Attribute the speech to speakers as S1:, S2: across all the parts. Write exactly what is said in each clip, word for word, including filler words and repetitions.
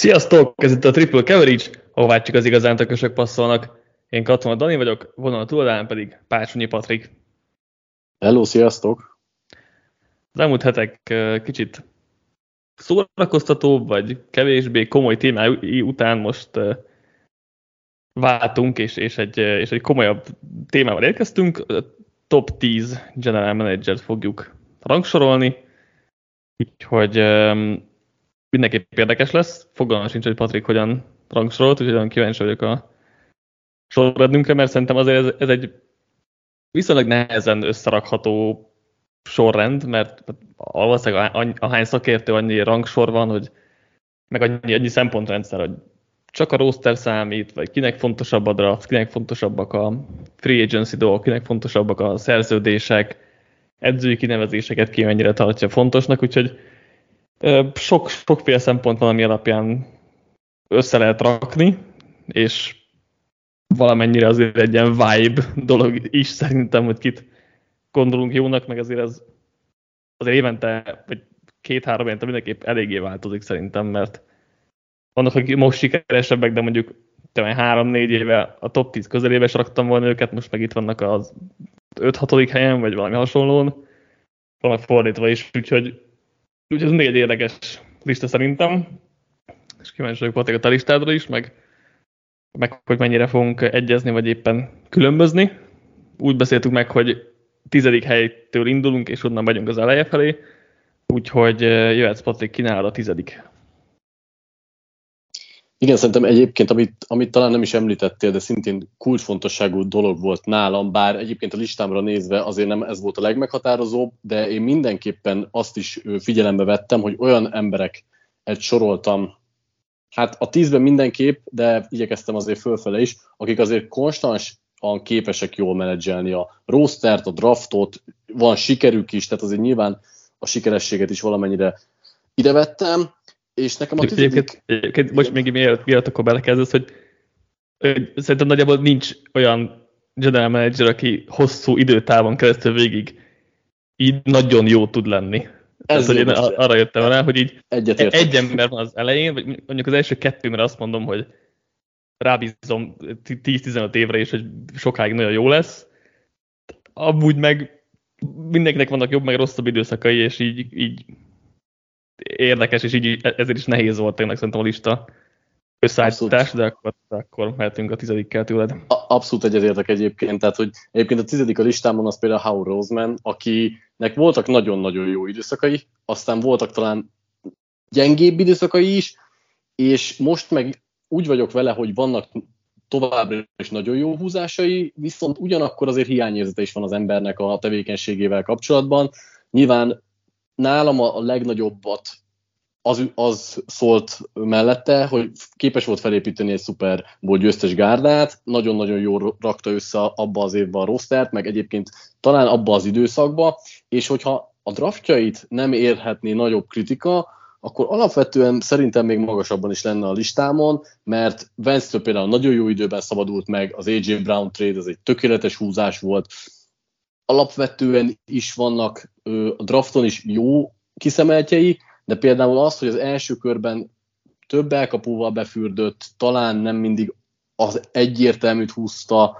S1: Sziasztok! Ez itt a Triple Coverage, ahová csak az igazán tökösök passzolnak. Én Katona Dani vagyok, vonal túloldalán pedig Pácsonyi Patrik.
S2: Hello, sziasztok!
S1: Az elmúlt hetek kicsit szórakoztatóbb, vagy kevésbé komoly témái után most váltunk, és, és, egy, és egy komolyabb témával érkeztünk. Top tíz General Manager-t fogjuk rangsorolni, úgyhogy mindenképp érdekes lesz. Fogalmam sincs, hogy Patrik hogyan rangsorolt, úgyhogy olyan kíváncsi vagyok a sorrendünkre, mert szerintem azért ez, ez egy viszonylag nehezen összerakható sorrend, mert valószínűleg ahány szakértő, annyi rangsor van, hogy meg annyi, annyi szempontrendszer, hogy csak a roster számít, vagy kinek fontosabb a draft, kinek fontosabbak a free agency dolgok, kinek fontosabbak a szerződések, edzői kinevezéseket ki mennyire tartja fontosnak, úgyhogy sok, sokféle szempont van, ami alapján össze lehet rakni, és valamennyire azért egy ilyen vibe dolog is szerintem, hogy kit gondolunk jónak, meg azért ez azért évente, vagy két-három évente mindenképp eléggé változik szerintem, mert vannak, akik most sikeresebbek, de mondjuk három-négy éve a top tíz közelébe is raktam volna őket, most meg itt vannak az öt-hatodik helyen, vagy valami hasonlón, valami fordítva is, úgyhogy Úgyhogy ez még egy érdekes lista szerintem, és kíváncsi vagyok Patrik a te listádra is, meg, meg hogy mennyire fogunk egyezni, vagy éppen különbözni. Úgy beszéltük meg, hogy tizedik helytől indulunk, és onnan megyünk az eleje felé, úgyhogy jöhetsz Patrik, kínálod a tizedik.
S2: Igen, szerintem egyébként, amit, amit talán nem is említettél, de szintén kulcsfontosságú dolog volt nálam, bár egyébként a listámra nézve azért nem ez volt a legmeghatározóbb, de én mindenképpen azt is figyelembe vettem, hogy olyan embereket soroltam, hát a tízben mindenképp, de igyekeztem azért fölfele is, akik azért konstansan képesek jól menedzselni a rostert, a draftot, van sikerük is, tehát azért nyilván a sikerességet is valamennyire ide vettem. És nekem a tizedik...
S1: Egyébként, egyébként most még mielőtt, mielőtt akkor belekezdesz, hogy, hogy szerintem nagyjából nincs olyan general manager, aki hosszú időtávon keresztül végig így nagyon jó tud lenni. Ez Tehát, hogy én arra jöttem rá, hogy így egy ember van az elején, vagy mondjuk az első kettőmre azt mondom, hogy rábízom tíz-tizenöt évre is, hogy sokáig nagyon jó lesz. Amúgy meg mindenkinek vannak jobb, meg rosszabb időszakai, és így, így érdekes, és így ezért is nehéz volt tényleg szerintem a lista összeállítás, de akkor, akkor mehetünk a tizedikkel tőled.
S2: Abszolút egyetértek egyébként, tehát hogy egyébként a tizedik a listámon az például Howard Roseman, akinek voltak nagyon-nagyon jó időszakai, aztán voltak talán gyengébb időszakai is, és most meg úgy vagyok vele, hogy vannak továbbra is nagyon jó húzásai, viszont ugyanakkor azért hiányérzete is van az embernek a tevékenységével kapcsolatban. Nyilván nálam a legnagyobbat az, az szólt mellette, hogy képes volt felépíteni egy Super Bowl győztes gárdát, nagyon-nagyon jól rakta össze abba az évben a rostert, meg egyébként talán abba az időszakba, és hogyha a draftjait nem érhetné nagyobb kritika, akkor alapvetően szerintem még magasabban is lenne a listámon, mert Vance-től például nagyon jó időben szabadult meg, az á jé Brown trade, ez egy tökéletes húzás volt, alapvetően is vannak a drafton is jó kiszemeltjei, de például az, hogy az első körben több elkapóval befürdött, talán nem mindig az egyértelműt húzta,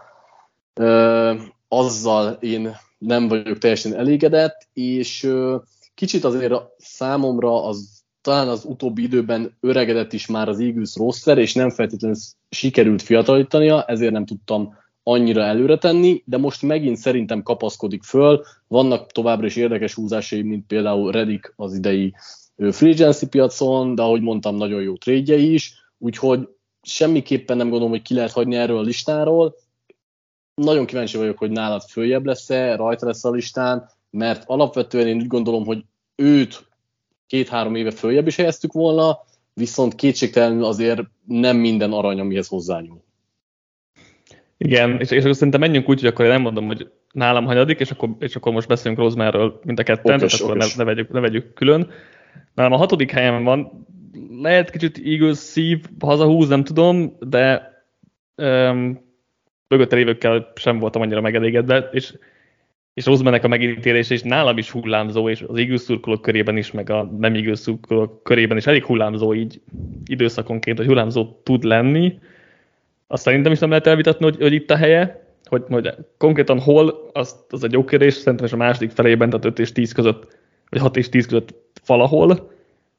S2: azzal én nem vagyok teljesen elégedett, és kicsit azért számomra az, talán az utóbbi időben öregedett is már az Eagles roster, és nem feltétlenül sikerült fiatalítania, ezért nem tudtam annyira előre tenni, de most megint szerintem kapaszkodik föl, vannak továbbra is érdekes húzásai, mint például Reddick az idei free agency piacon, de ahogy mondtam, nagyon jó trade-jei is, úgyhogy semmiképpen nem gondolom, hogy ki lehet hagyni erről a listáról. Nagyon kíváncsi vagyok, hogy nálad följebb lesz-e, rajta lesz a listán, mert alapvetően én úgy gondolom, hogy őt két-három éve följebb is helyeztük volna, viszont kétségtelenül azért nem minden arany, amihez hozzányúl.
S1: Igen, és, és akkor szerintem menjünk úgy, hogy akkor én nem mondom, hogy nálam hanyadik, és akkor, és akkor most beszélünk Rosemanről mind a ketten, tehát akkor ne, ne, vegyük, ne vegyük külön. Nálam a hatodik helyen van, lehet kicsit Eagles szív hazahúz, nem tudom, de um, mögötte lévőkkel sem voltam annyira megelégedve, és és Rosemannek a megítélése is nálam is hullámzó, és az Eagles szurkolók körében is, meg a nem Eagles szurkolók körében is elég hullámzó így időszakonként, hogy hullámzó tud lenni. Azt szerintem is nem lehet elvitatni, hogy, hogy itt a helye, hogy, hogy konkrétan hol, az, az egy jó kérdés, szerintem is a második felében, tehát öt és tíz között, vagy hat és tíz között valahol.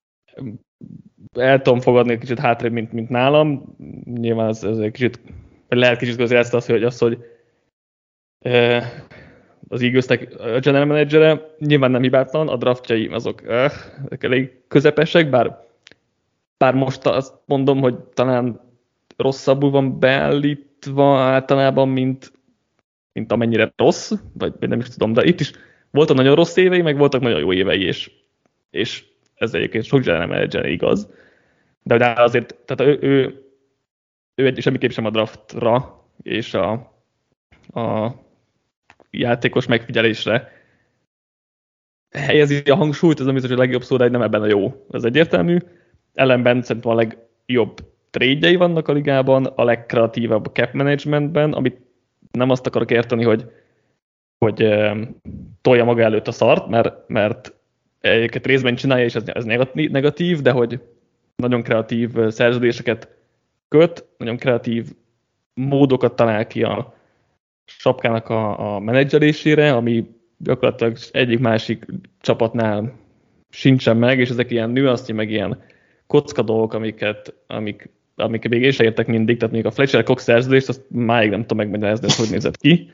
S1: El tudom fogadni egy kicsit hátrébb, mint, mint nálam. Nyilván ez, ez egy kicsit, vagy lehet kicsit közérezte azt, hogy, az, hogy eh, az Eaglesnek a general managere nyilván nem hibátlan, a draftjai azok eh, elég közepesek, bár, bár most azt mondom, hogy talán rosszabbul van beállítva általában, mint, mint amennyire rossz, vagy nem is tudom, de itt is voltak nagyon rossz évei, meg voltak nagyon jó évei, és, és ez egyébként sok general manager igaz. De, de azért, tehát ő, ő, ő egy semmiképp sem a draftra és a, a játékos megfigyelésre helyezi a hangsúlyt, ez nem biztos, hogy a legjobb szó, de nem ebben a jó. Ez egyértelmű. Ellenben szerintem a legjobb trade-jei vannak a ligában, a legkreatívabb a cap managementben, amit nem azt akarok érteni, hogy, hogy um, tolja maga előtt a szart, mert, mert egyébként részben csinálja, és ez, ez negatív, de hogy nagyon kreatív szerződéseket köt, nagyon kreatív módokat talál ki a sapkának a, a menedzselésére, ami gyakorlatilag egyik másik csapatnál sincsen meg, és ezek ilyen nüansznyi, meg ilyen kocka dolgok, amiket, amik, amik még én sem értek mindig, tehát még a Fletcher Cox szerződést, azt máig nem tudom megmagyarázni, hogy nézett ki.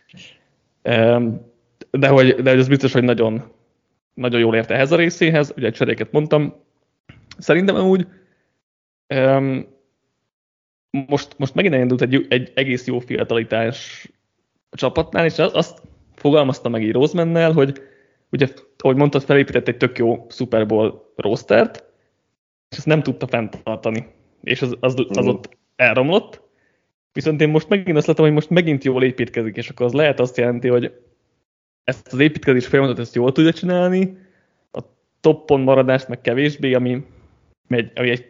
S1: De hogy, de hogy az biztos, hogy nagyon, nagyon jól ért ehhez a részéhez, ugye egy cseréket mondtam. Szerintem úgy um, most, most megint elindult egy, egy egész jó fiatalitás a csapatnál, és azt fogalmazta meg így Rosemannel, hogy ugye, ahogy mondtad, felépített egy tök jó Super Bowl rostert, és ezt nem tudta fenntartani, és az, az, az ott elromlott. Viszont én most megint azt látom, hogy most megint jól építkezik, és akkor az lehet azt jelenti, hogy ezt az építkezés folyamatot ezt jól tudja csinálni, a toppon maradást meg kevésbé, ami, egy, ami egy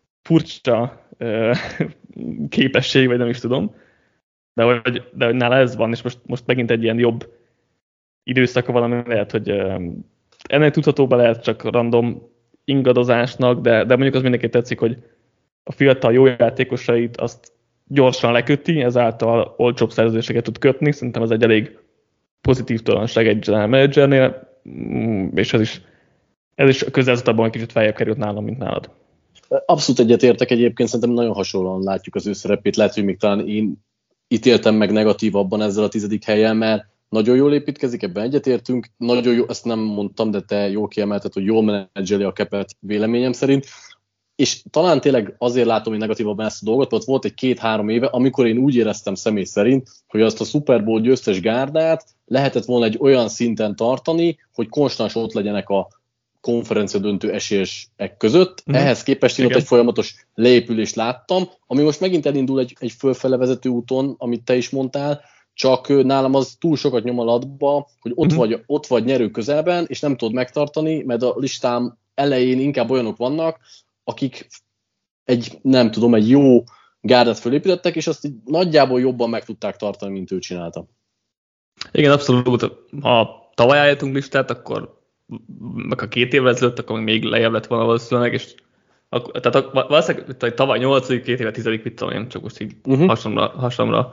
S1: furcsa uh, képesség, vagy nem is tudom, de hogy, de hogy nála ez van, és most, most megint egy ilyen jobb időszaka valami lehet, hogy uh, ennek tudhatóban lehet csak random ingadozásnak, de, de mondjuk az mindenki tetszik, hogy a fiatal jó játékosait azt gyorsan leköti, ezáltal olcsóbb szerződéseket tud kötni, szerintem ez egy elég pozitív tulajdonság egy general managernél, és ez is, ez is közelzutatban egy kicsit feljebb került nálam, mint nálad.
S2: Abszolút egyetértek, egyébként szerintem nagyon hasonlóan látjuk az ő szerepét, lehet, hogy még talán én ítéltem meg negatívabban ezzel a tizedik helyen, mert nagyon jól építkezik, ebben egyetértünk, nagyon jó, ezt nem mondtam, de te jól kiemelted, hogy jól menedzseli a capet véleményem szerint, és talán tényleg azért látom, hogy negatívabban ezt a dolgot, mert volt egy két-három éve, amikor én úgy éreztem személy szerint, hogy azt a Super Bowl győztes gárdát lehetett volna egy olyan szinten tartani, hogy konstans ott legyenek a konferencia döntő esélyesek között. Mm. Ehhez képest én ott egy folyamatos leépülést láttam, ami most megint elindul egy, egy fölfele vezető úton, amit te is mondtál, csak nálam az túl sokat nyom a latba, hogy ott, mm. vagy, ott vagy nyerő közelben, és nem tudod megtartani, mert a listám elején inkább olyanok vannak, akik egy, nem tudom, egy jó gárdát fölépítettek, és azt így nagyjából jobban meg tudták tartani, mint ő csinálta.
S1: Igen, abszolút. Ha tavaly állítunk listát, akkor meg a két évvel ezelőtt, akkor még lejjebb lett volna valószínűleg, és akkor, tehát a, valószínűleg tavaly nyolcadik, két éve tizedik, mit tudom én, csak most így uh-huh. hasamra, hasamra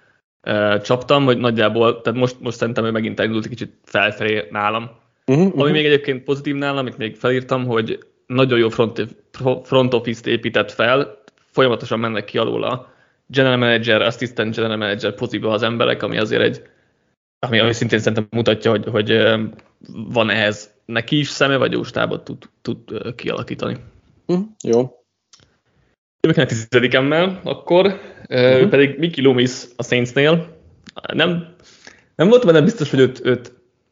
S1: e, csaptam, hogy nagyjából, tehát most, most szerintem ő megint elindult egy kicsit felfelé nálam. Uh-huh, Ami uh-huh. még egyébként pozitív nálam, amit még felírtam, hogy nagyon jó front, front office-t épített fel, folyamatosan mennek ki alól a general manager, assistant general manager pozícióba az emberek, ami azért egy, ami, ami szintén szerintem mutatja, hogy, hogy van ehhez neki is szeme, vagy jó stábot tud, tud kialakítani.
S2: Mm, jó.
S1: Jövök a tizedikemmel, akkor uh-huh. ő pedig Mickey Loomis a Saintsnél. Nem, nem voltam benne biztos, hogy őt, őt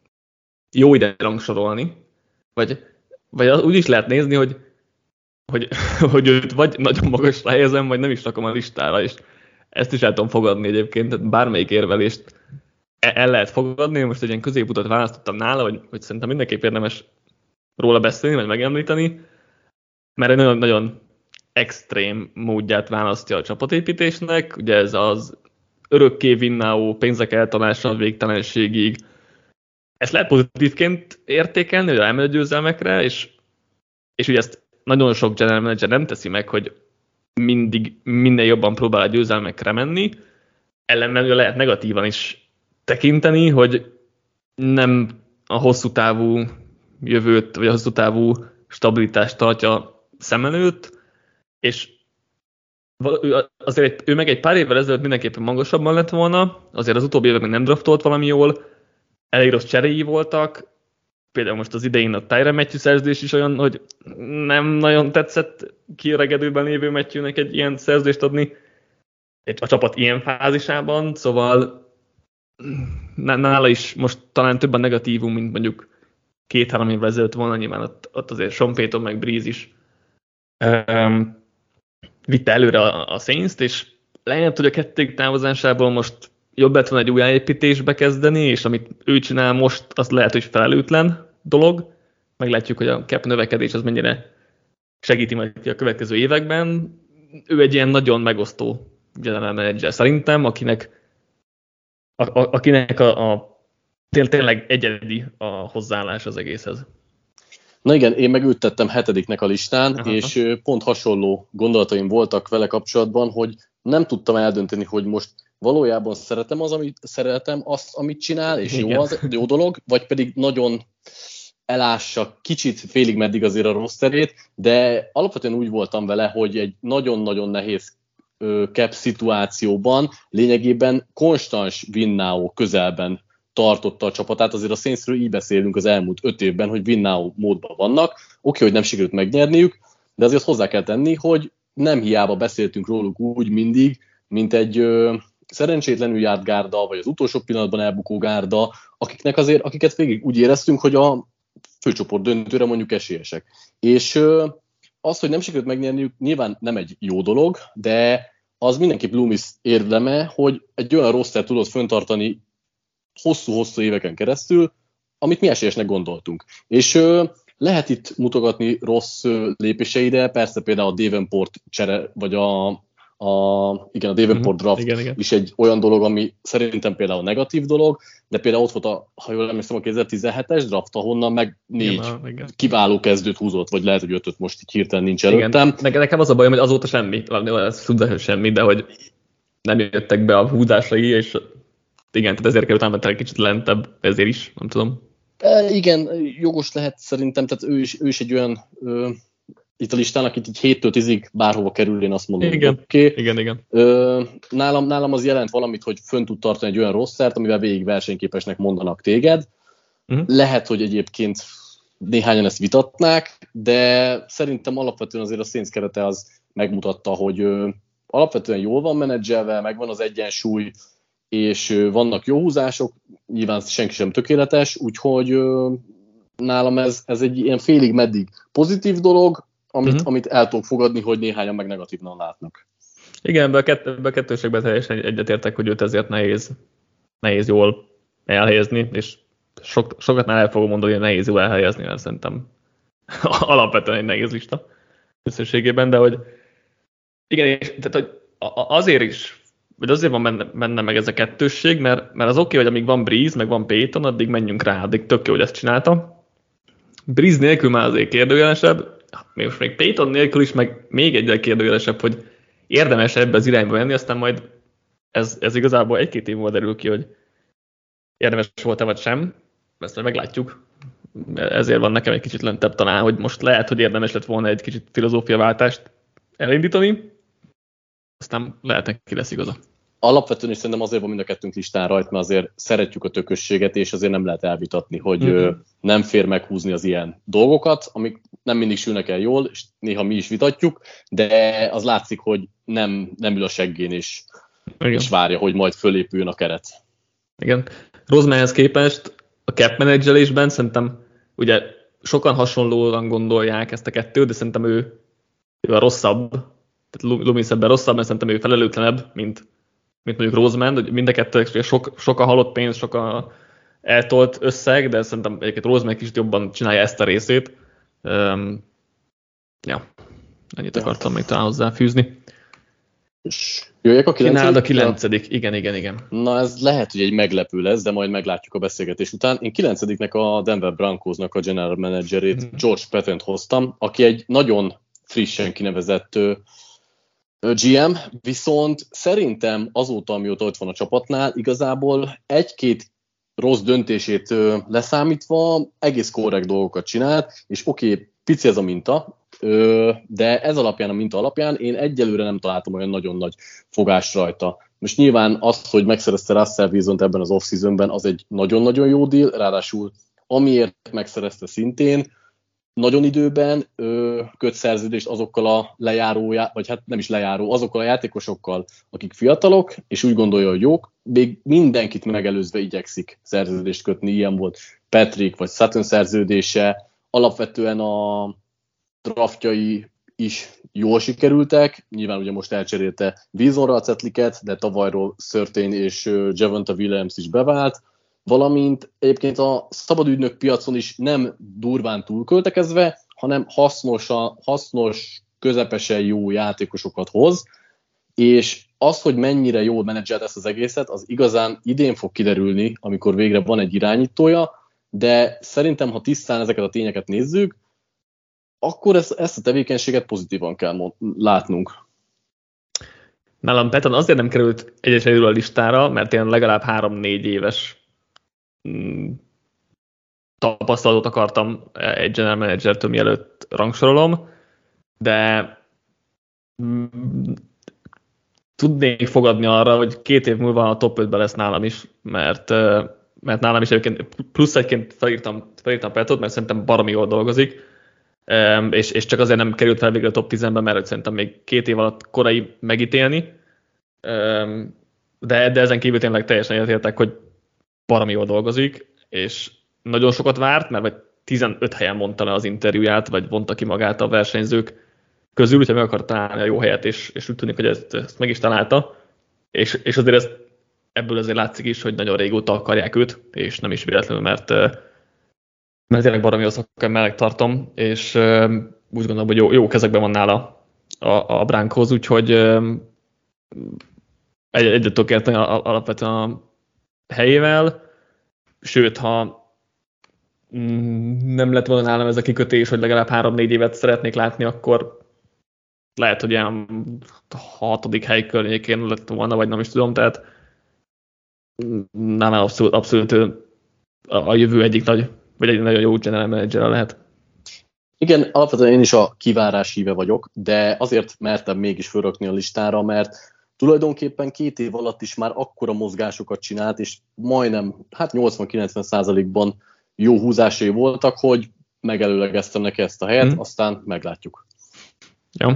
S1: jó ide rangsorolni, vagy Vagy úgy is lehet nézni, hogy, hogy, hogy őt vagy nagyon magasra helyezem, vagy nem is rakom a listára, és ezt is el tudom fogadni egyébként, tehát bármelyik érvelést el lehet fogadni. Most egy ilyen középutat választottam nála, hogy, hogy szerintem mindenképp érdemes róla beszélni, vagy megemlíteni, mert egy nagyon, nagyon extrém módját választja a csapatépítésnek, ugye ez az örökké vinnáó pénzek eltalása a végtelenségig, ezt lehet pozitívként értékelni, hogy elmegy a győzelmekre, és, és ugye ezt nagyon sok general manager nem teszi meg, hogy mindig minél jobban próbál a győzelmekre menni, ellenben lehet negatívan is tekinteni, hogy nem a hosszú távú jövőt, vagy a hosszú távú stabilitást tartja szem előtt, és azért ő meg egy pár évvel ezelőtt mindenképpen magasabban lett volna, azért az utóbbi években nem draftolt valami jól, elég rossz cseréi voltak, például most az idején a Tyrann Matthew szerződés is olyan, hogy nem nagyon tetszett kiöregedőben lévő Matthewnek egy ilyen szerződést adni a csapat ilyen fázisában, szóval nála is most talán több a negatívum, mint mondjuk két-három évvel ezelőtt volna, nyilván ott, ott azért Sean Payton meg Breeze is um, vitte előre a, a Saints-t, és lehet, hogy a kettők távozásából most jobb lett volna egy újjáépítésbe kezdeni, és amit ő csinál most, az lehet, hogy felelőtlen dolog. Meglátjuk, hogy a cap növekedés az mennyire segíti majd ki a következő években. Ő egy ilyen nagyon megosztó general manager szerintem, akinek, a, a, akinek a, a, tényleg egyedi a hozzáállás az egészhez.
S2: Na igen, én meg őt tettem hetediknek a listán,
S1: Aha.
S2: és pont hasonló gondolataim voltak vele kapcsolatban, hogy nem tudtam eldönteni, hogy most valójában szeretem, az, amit, szeretem azt, amit csinál, és jó, az, jó dolog, vagy pedig nagyon elássa kicsit félig meddig azért a rosterét, de alapvetően úgy voltam vele, hogy egy nagyon-nagyon nehéz cap szituációban lényegében konstans win now közelben tartotta a csapatát. Azért a Saintsről így beszélünk az elmúlt öt évben, hogy win now módban vannak. Oké, okay, hogy nem sikerült megnyerniük, de azért hozzá kell tenni, hogy nem hiába beszéltünk róluk úgy mindig, mint egy ö, szerencsétlenül járt gárda, vagy az utolsó pillanatban elbukó gárda, akiknek azért, akiket végig úgy éreztünk, hogy a főcsoport döntőre mondjuk esélyesek. És ö, az, hogy nem sikerült megnyerniük, nyilván nem egy jó dolog, de az mindenképp Loomis érdeme, hogy egy olyan roster tudott föntartani hosszú-hosszú éveken keresztül, amit mi esélyesnek gondoltunk. És ö, lehet itt mutogatni rossz ö, lépéseire, persze például a Davenport csere, vagy a, a, igen, a Davenport draft
S1: igen, igen.
S2: is egy olyan dolog, ami szerintem például negatív dolog, de például ott volt a, ha jól emlékszem, a kétezer-tizenhetes draft, ahonnan meg négy igen, igen. kiváló kezdőt húzott, vagy lehet, hogy ötöt most így hirtelen nincs előttem.
S1: Igen. Nekem az a bajom, hogy azóta semmi, ez tudja, semmi, de hogy nem jöttek be a húzásai, és igen, tehát ezért kell utána egy kicsit lentebb, ezért is, nem tudom.
S2: E, igen, jogos lehet szerintem, tehát ő is, ő is egy olyan ö, itt a listán, akit így héttől tízig bárhova kerül, én azt mondom,
S1: igen,
S2: oké.
S1: Okay. Igen, igen.
S2: Ö, nálam, nálam az jelent valamit, hogy fönn tud tartani egy olyan rosszert, amivel végig versenyképesnek mondanak téged. Uh-huh. Lehet, hogy egyébként néhányan ezt vitatnák, de szerintem alapvetően azért a Saints kerete az megmutatta, hogy ö, alapvetően jól van menedzselve, megvan az egyensúly, és vannak jó húzások, nyilván senki sem tökéletes, úgyhogy ö, nálam ez, ez egy ilyen félig meddig pozitív dolog, amit, uh-huh. amit el tudok fogadni, hogy néhányan meg negatívnan látnak.
S1: Igen, ebben a, kett, ebbe a kettőségben teljesen egyetértek, hogy őt ezért nehéz, nehéz jól elhelyezni, és sok, sokat már el fogom mondani, hogy nehéz jól elhelyezni, mert szerintem alapvetően egy nehéz lista összességében, de hogy igen, és, tehát, hogy azért is vagy azért van benne, benne meg ez a kettősség, mert, mert az oké, okay, hogy amíg van Breeze, meg van Payton, addig menjünk rá, addig tök jó, hogy ezt csinálta. Breeze nélkül már azért kérdőjelesebb, most még Payton nélkül is, meg még egyre kérdőjelesebb, hogy érdemes ebbe az irányba menni, aztán majd ez, ez igazából egy-két év múlva derül ki, hogy érdemes volt-e vagy sem, ezt majd meglátjuk. Ezért van nekem egy kicsit lentebb talán, hogy most lehet, hogy érdemes lett volna egy kicsit filozófiaváltást elindítani, aztán lehet neki lesz igaza.
S2: Alapvetően is szerintem azért van mind a kettőnk listán rajt, mert azért szeretjük a tökösséget, és azért nem lehet elvitatni, hogy mm-hmm. nem fér meghúzni az ilyen dolgokat, amik nem mindig sülnek el jól, és néha mi is vitatjuk, de az látszik, hogy nem, nem ül a seggén, és, és várja, hogy majd fölépüljön a keret.
S1: Igen. Rosemanhez képest a cap menedzselésben szerintem ugye sokan hasonlóan gondolják ezt a kettőt, de szerintem ő, ő a rosszabb, tehát Loomis ebben rosszabb, mert szerintem ő felelőtlenebb, mint, mint mondjuk Roseman, hogy mind a kettő sok, sok a halott pénz, sok a eltolt összeg, de szerintem egyébként Roseman kicsit jobban csinálja ezt a részét. Um, ja, ennyit akartam még talán hozzáfűzni.
S2: És jöjjek a kilencedik?
S1: Kínáld a kilencedik, igen, igen, igen.
S2: Na ez lehet, hogy egy meglepő lesz, de majd meglátjuk a beszélgetés után. Én kilencediknek a Denver Broncosnak a general managerét, mm-hmm. George Patton hoztam, aki egy nagyon frissen kinevezett gé em, viszont szerintem azóta, amióta ott van a csapatnál, igazából egy-két rossz döntését leszámítva egész korrekt dolgokat csinált, és oké, okay, pici ez a minta, de ez alapján, a minta alapján én egyelőre nem találtam olyan nagyon nagy fogást rajta. Most nyilván az, hogy megszerezte Russell Wilsont ebben az off-seasonben, az egy nagyon-nagyon jó deal, ráadásul amiért megszerezte szintén, nagyon időben ö, köt szerződést azokkal a lejárójá, vagy hát nem is lejáró, azokkal a játékosokkal, akik fiatalok, és úgy gondolja, hogy jók, még mindenkit megelőzve igyekszik szerződést kötni, ilyen volt Patrick vagy Sutton szerződése, alapvetően a draftjai is jól sikerültek, nyilván ugye most elcserélte Wilsonra a cetliket, de tavalyról Surtain és Javonte Williams is bevált, valamint egyébként a szabadügynök piacon is nem durván túlköltekezve, hanem hasznos, hasznos, közepesen jó játékosokat hoz, és az, hogy mennyire jól menedzselt ezt az egészet, az igazán idén fog kiderülni, amikor végre van egy irányítója, de szerintem, ha tisztán ezeket a tényeket nézzük, akkor ezt, ezt a tevékenységet pozitívan kell mond, látnunk.
S1: Nálam Patton azért nem került egyeséről a listára, mert én legalább három-négy éves mm, tapasztalatot akartam egy general managertől, mielőtt rangsorolom, de mm, tudnék fogadni arra, hogy két év múlva a top ötben lesz nálam is, mert, mert nálam is egyébként plusz egyként felírtam, felírtam Pattont, mert szerintem baromi jól dolgozik, Um, és, és csak azért nem került fel végre a top tízbe, mert szerintem még két év alatt korai megítélni. Um, de, de ezen kívül tényleg teljesen egyetértek, hogy baromi jól dolgozik, és nagyon sokat várt, mert vagy tizenöt helyen mondta le az interjúját, vagy vonta ki magát a versenyzők közül, úgyhogy meg akart találni a jó helyet, és, és úgy tűnik, hogy ezt, ezt meg is találta. És, és azért ez, ebből azért látszik is, hogy nagyon régóta akarják őt, és nem is véletlenül, mert mert tényleg baromi jó szakembernek tartom, és uh, úgy gondolom, hogy jó, jó kezekben van nála a, a Broncos, úgyhogy uh, egy, egyet tudok érteni alapvetően a helyével, sőt, ha mm, nem lett volna nálam ez a kikötés, hogy legalább három-négy évet szeretnék látni, akkor lehet, hogy ilyen hatodik hely környékén lett volna, vagy nem is tudom, tehát nálam abszolút, abszolút a, a jövő egyik nagy vagy egy nagyon jó general manager lehet.
S2: Igen, alapvetően én is a kivárás híve vagyok, de azért mertem mégis fölrakni a listára, mert tulajdonképpen két év alatt is már akkora mozgásokat csinált, és majdnem, hát nyolcvan-kilencven százalékban jó húzásai voltak, hogy megelőlegeztem neki ezt a helyet, mm. aztán meglátjuk.
S1: Jó.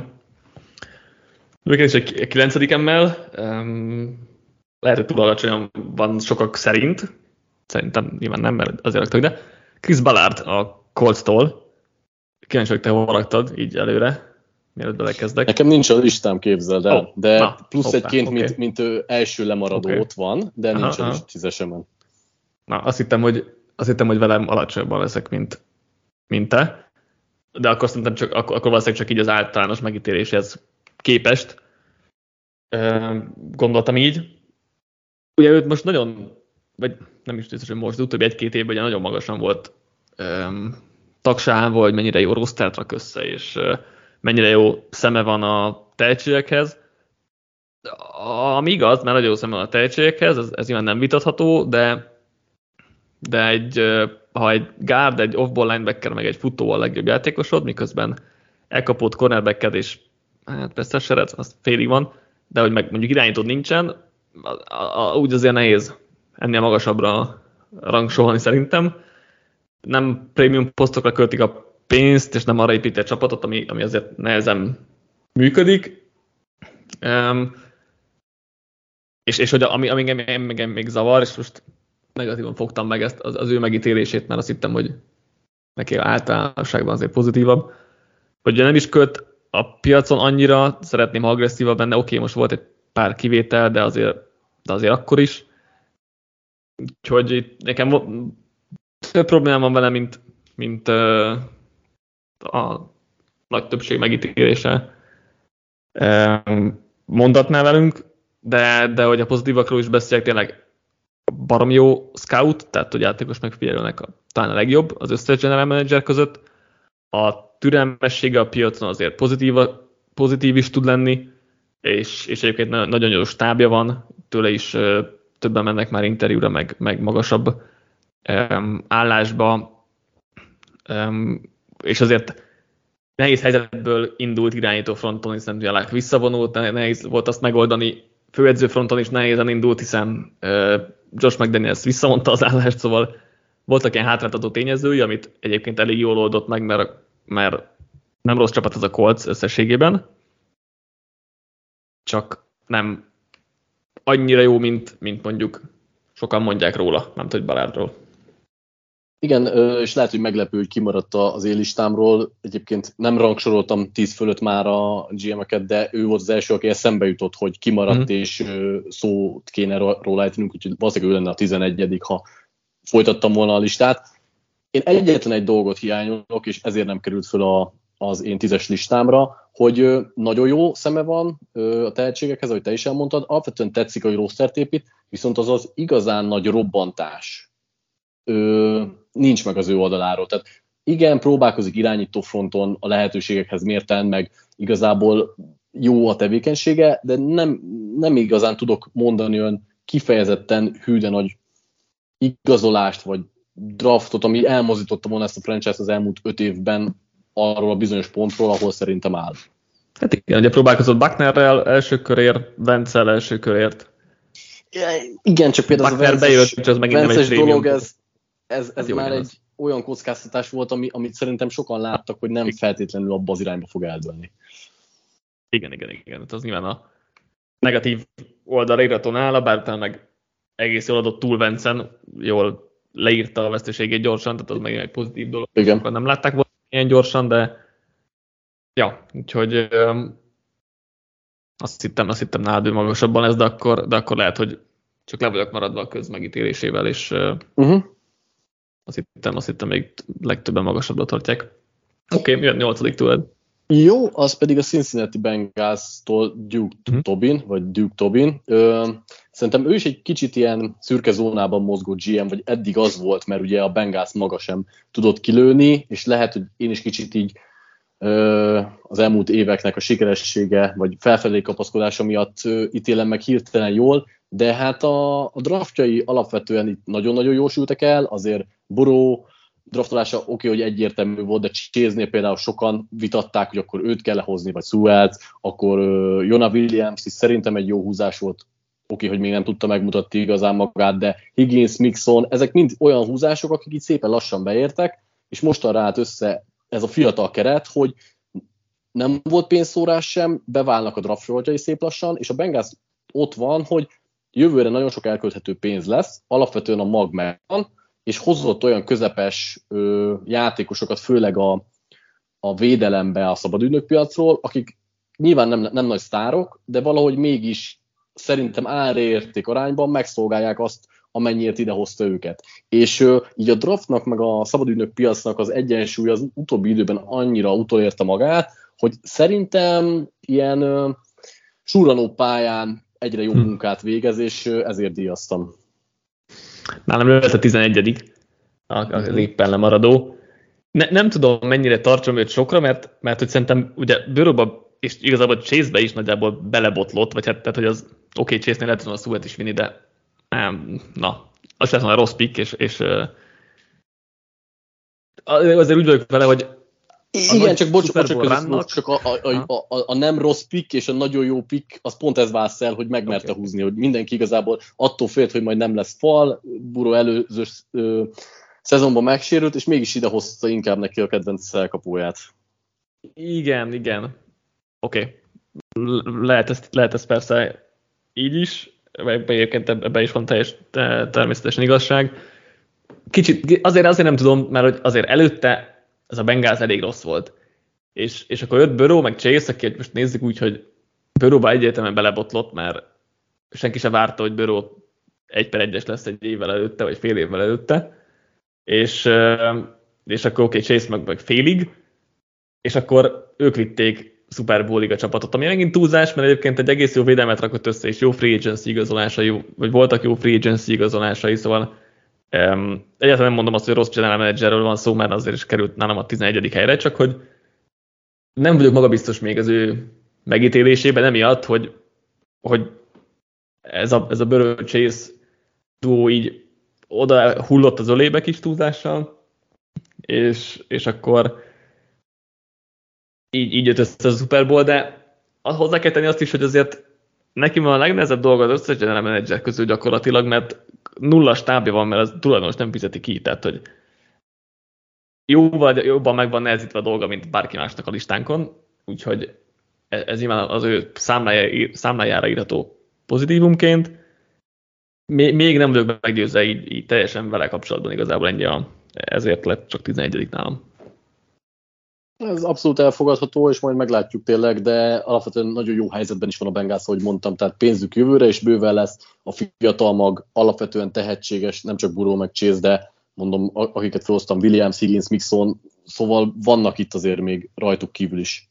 S1: Még is egy kilencedikemmel, um, lehet, hogy túl alacsonyan van sokak szerint, szerintem nyilván nem, mert azért raktak, de Chris Ballard a Colts-tól. Kíváncsi, hogy te hol raktad így előre, mielőtt belekezdek.
S2: Nekem nincs a listám, képzeld el, oh, de na, plusz hoppá, egyként, okay. mint, mint ő első lemaradó okay. ott van, de aha, nincs aha. a list tízesemen.
S1: Na, azt hittem, hogy, azt hittem, hogy velem alacsonyabban leszek, mint, mint te, de akkor szerintem csak, akkor, akkor valószínűleg csak így az általános megítéléshez képest gondoltam így. Ugye őt most nagyon, vagy nem is biztos, hogy most, de utóbbi egy-két évben ugye nagyon magasan volt um, tagságával, hogy mennyire jó rostert rak össze, és uh, mennyire jó szeme van a tehetségekhez. Ami igaz, mert nagyon jó szeme van a tehetségekhez, ez, ez nyilván nem vitatható, de, de egy, uh, ha egy guard, egy off-ball linebacker, meg egy futó a legjobb játékosod, miközben elkapott cornerbacked, és hát persze seret, az félig van, de hogy meg mondjuk irányítód nincsen, a, a, úgy azért nehéz ennél magasabbra rangsolni szerintem. Nem prémium posztokra költik a pénzt, és nem arra épít egy csapatot, ami, ami azért nehezen működik. Um, és, és hogy ami, ami engem, engem még zavar, és most negatívan fogtam meg ezt, az, az ő megítélését, mert azt hittem, hogy neki általánosságban azért pozitívabb, hogy nem is köt a piacon annyira, szeretném, ha agresszívabb benne, oké, okay, most volt egy pár kivétel, de azért, de azért akkor is. Úgyhogy itt nekem több problémám van vele, mint, mint uh, a nagy többség megítélése. Um, mondatná velünk, de, de hogy a pozitívakról is beszéljek, tényleg barom jó scout, tehát hogy játékos megfigyelőnek a, talán a legjobb az összes general manager között. A türelmessége a piacon azért pozitív, pozitív is tud lenni, és, és egyébként nagyon jó stábja van, tőle is ö, többen mennek már interjúra, meg, meg magasabb um, állásba, um, és azért nehéz helyzetből indult irányító fronton, hiszen Jalák visszavonult, nehéz volt azt megoldani, főedző fronton is nehézen indult, hiszen uh, Josh McDaniels visszavonta az állást, szóval voltak ilyen hátráltató tényezői, amit egyébként elég jól oldott meg, mert, mert nem rossz csapat az a Colts összességében, csak nem annyira jó, mint, mint mondjuk sokan mondják róla, nem hogy Ballardról.
S2: Igen, és lehet, hogy meglepő, hogy kimaradt az én listámról. Egyébként nem rangsoroltam tíz fölött már a gé em-eket, de ő volt az első, aki eszembe jutott, hogy kimaradt, mm. és szót kéne róla ejtenünk, úgyhogy valószínűleg ő lenne a tizenegyedik, ha folytattam volna a listát. Én egyetlen egy dolgot hiányolok, és ezért nem került föl a, az én tízes listámra, hogy nagyon jó szeme van a tehetségekhez, ahogy te is elmondtad, alapvetően tetszik, hogy rostert épít, viszont az az igazán nagy robbantás Ö, nincs meg az ő oldaláról. Tehát igen, próbálkozik irányító fronton a lehetőségekhez mérten, meg igazából jó a tevékenysége, de nem, nem igazán tudok mondani olyan kifejezetten hű, de nagy igazolást, vagy draftot, ami elmozdította volna ezt a franchise az elmúlt öt évben arról a bizonyos pontról, ahol szerintem áll.
S1: Hát igen, ugye próbálkozott Bucknerrel első körért, Wentzzel első körért.
S2: Igen, csak például
S1: Buckner
S2: az a
S1: Wentzes, Wentzes
S2: dolog, ez Ez, ez
S1: hát
S2: már egy az. olyan kockáztatás volt, ami, amit szerintem sokan láttak, hogy nem feltétlenül abba az irányba fog eldőlni.
S1: Igen, igen, igen. Az nyilván a negatív oldal iraton áll, bár utána meg egész jól adott túl Vencen, jól leírta a veszteségét gyorsan, tehát az meg egy pozitív dolog.
S2: Igen.
S1: Sokan nem látták volna ilyen gyorsan, de ja, úgyhogy öm, azt hittem, azt hittem nálad ő magasabban ez, de akkor, de akkor lehet, hogy csak le vagyok maradva a közmegítélésével, és uh-huh. Azt hittem, azt hittem még legtöbben magasabbra tartják. Oké, okay, mi a nyolcadik tőled?
S2: Jó, az pedig a Cincinnati Bengals-tól Duke uh-huh. Tobin, vagy Duke Tobin. Ö, szerintem ő is egy kicsit ilyen szürke zónában mozgó gé em, vagy eddig az volt, mert ugye a Bengals maga sem tudott kilőni, és lehet, hogy én is kicsit így ö, az elmúlt éveknek a sikeressége, vagy felfelé kapaszkodása miatt ö, ítélem meg hirtelen jól, de hát a, a draftjai alapvetően itt nagyon-nagyon jól sültek el, azért Burrow draftolása oké, okay, hogy egyértelmű volt, de Chase-nél például sokan vitatták, hogy akkor őt kell lehozni, vagy Sewell-t, akkor uh, Jonah Williams is szerintem egy jó húzás volt, oké, okay, hogy még nem tudta megmutatni igazán magát, de Higgins, Mixon, ezek mind olyan húzások, akik itt szépen lassan beértek, és mostanra állt össze ez a fiatal keret, hogy nem volt pénzszórás sem, beválnak a draftsortjai szép lassan, és a Bengals ott van, hogy jövőre nagyon sok elkölthető pénz lesz, alapvetően a mag megvan, és hozott olyan közepes ö, játékosokat, főleg a, a védelembe a szabadügynökpiacról, akik nyilván nem, nem nagy sztárok, de valahogy mégis szerintem árérték arányban megszolgálják azt, amennyiért idehozta őket. És ö, így a draftnak, meg a szabadügynökpiacnak az egyensúly az utóbbi időben annyira utolérte magát, hogy szerintem ilyen ö, surranó pályán egyre jobb munkát végez, és ö, ezért díjaztam.
S1: Nálam ő a tizenegyedik az éppen lemaradó. Ne, nem tudom, mennyire tartsom őt sokra, mert, mert hogy szerintem ugye Burrowba és igazából Chase-be is nagyjából belebotlott, vagy hát tehát, hogy az oké, okay, Chase-nél lehet volna a Sewell-t is vinni, de nem, na, az lesz volna rossz pick, és, és uh, azért úgy vagyok vele, hogy
S2: igen, csak bocs, bocs, bocs csak a, a, a, a, a nem rossz pick és a nagyon jó pick, az pont ez vált el, hogy megmerte okay. húzni, hogy mindenki igazából attól félt, hogy majd nem lesz fal, Burrow előző ö, szezonban megsérült, és mégis ide hozta inkább neki a kedvenc elkapóját.
S1: Igen, igen. Oké. Okay. Lehet, ezt, lehet ez persze így is, vagy egyébként ebben is van teljes természetesen igazság. Kicsit, azért, azért nem tudom, mert hogy azért előtte ez a Bengals elég rossz volt. És, és akkor jött Burrow, meg Chase, aki most nézzük úgy, hogy Burrowba egyértelműen belebotlott, mert senki sem várta, hogy Burrow egy per egyes lesz egy évvel előtte, vagy fél évvel előtte. És, és akkor oké, okay, Chase meg, meg félig, és akkor ők vitték Super Bowl liga csapatot, ami megint túlzás, mert egyébként egy egész jó védelmet rakott össze, és jó free agency igazolásai, vagy voltak jó free agency igazolásai, szóval um, egyáltalán nem mondom azt, hogy rossz general managerről van szó, mert azért is került nálam a tizenegyedik helyre, csak hogy nem vagyok magabiztos még az ő megítélésében, emiatt, hogy, hogy ez a, ez a Burrow Chase duó így oda hullott az ölébe kis túlzással, és, és akkor így, így jött össze a Super Bowl, de hozzá kell tenni azt is, hogy azért neki van a legnehezebb dolga az összes general manager közül gyakorlatilag, mert nulla stábja van, mert az tulajdonos nem fizeti ki, tehát hogy jóval, jobban meg van nehezítve a dolga, mint bárki másnak a listánkon, úgyhogy ez nyilván az ő számlájára, számlájára írható pozitívumként. Még nem vagyok meggyőzve így, így teljesen vele kapcsolatban igazából ennyi a, ezért lett csak tizenegyedik nálam.
S2: Ez abszolút elfogadható, és majd meglátjuk tényleg, de alapvetően nagyon jó helyzetben is van a Bengals, ahogy mondtam, tehát pénzük jövőre, és bőven lesz a fiatal mag, alapvetően tehetséges, nem csak Burrow meg Chase, de mondom, akiket felhoztam, Williams, Higgins, Mixon, szóval vannak itt azért még rajtuk kívül is.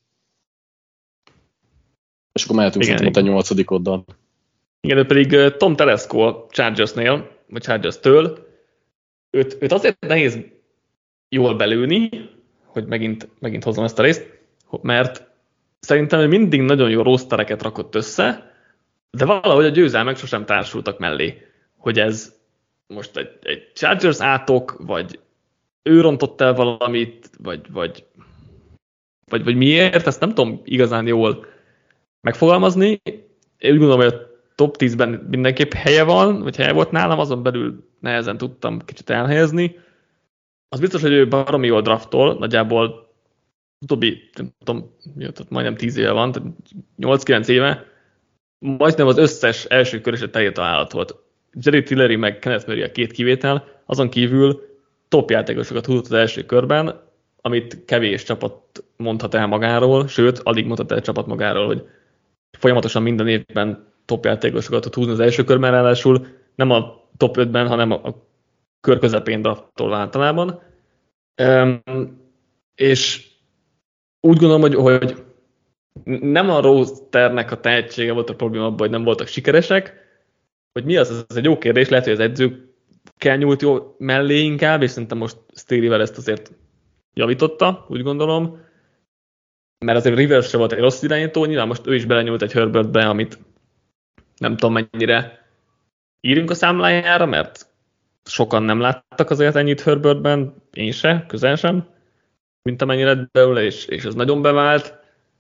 S2: És akkor mehetünk szerintem a te nyolcadikoddal.
S1: Igen, ő pedig Tom Telesco a Chargersnél, vagy Chargers-től. Őt, őt azért nehéz jól belülni, hogy megint, megint hozom ezt a részt, mert szerintem ő mindig nagyon jó rostereket rakott össze, de valahogy a győzelmek sosem társultak mellé. Hogy ez most egy, egy Chargers átok, vagy ő rontott el valamit, vagy, vagy, vagy, vagy miért, ezt nem tudom igazán jól megfogalmazni. Én úgy gondolom, hogy a top tízben mindenképp helye van, vagy helye volt nálam, azon belül nehezen tudtam kicsit elhelyezni. Az biztos, hogy ő baromi jól draftol, nagyjából utóbbi, nem tudom, majdnem tíz éve van, tehát nyolc-kilenc éve, majdnem az összes első körös teljét ajánlat volt. Jerry Tillery meg Kenneth Murray a két kivétel, azon kívül top játékosokat húzott az első körben, amit kevés csapat mondhat el magáról, sőt, alig mondhat el csapat magáról, hogy folyamatosan minden évben top játékosokat tud húzni az első körben, ráadásul nem a top ötben, hanem a kör közepén draftol általában. Um, és úgy gondolom, hogy, hogy nem a rosternek a tehetsége volt a probléma abban, hogy nem voltak sikeresek, hogy mi az, ez egy jó kérdés, lehet, hogy az edzőkkel nyúlt jó mellé inkább, és szerintem most Staleyvel ezt azért javította, úgy gondolom, mert azért Rivers se volt egy rossz irányító, nyilván most ő is belenyúlt egy Herbertbe, amit nem tudom mennyire írjunk a számlájára, mert sokan nem láttak azért ennyit Herbertben, én se, közel sem, mint amennyire lett belőle, és, és ez nagyon bevált,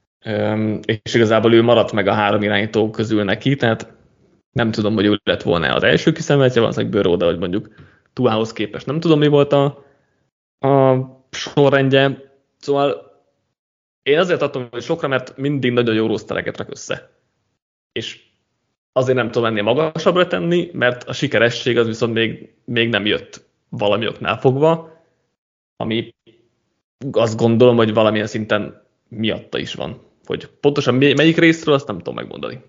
S1: és igazából ő maradt meg a három irányító közül neki, tehát nem tudom, hogy ő lett volna az első kiszenvedje, valószínűleg Burrow, de hogy mondjuk Tuához képest nem tudom, mi volt a, a sorrendje. Szóval én azért adtam, hogy sokra, mert mindig nagyon jó rostereket rak össze. És azért nem tudom ennél magasabbra tenni, mert a sikeresség az viszont még, még nem jött valami oknál fogva, ami azt gondolom, hogy valamilyen szinten miatta is van. Hogy pontosan melyik részről, azt nem tudom megmondani.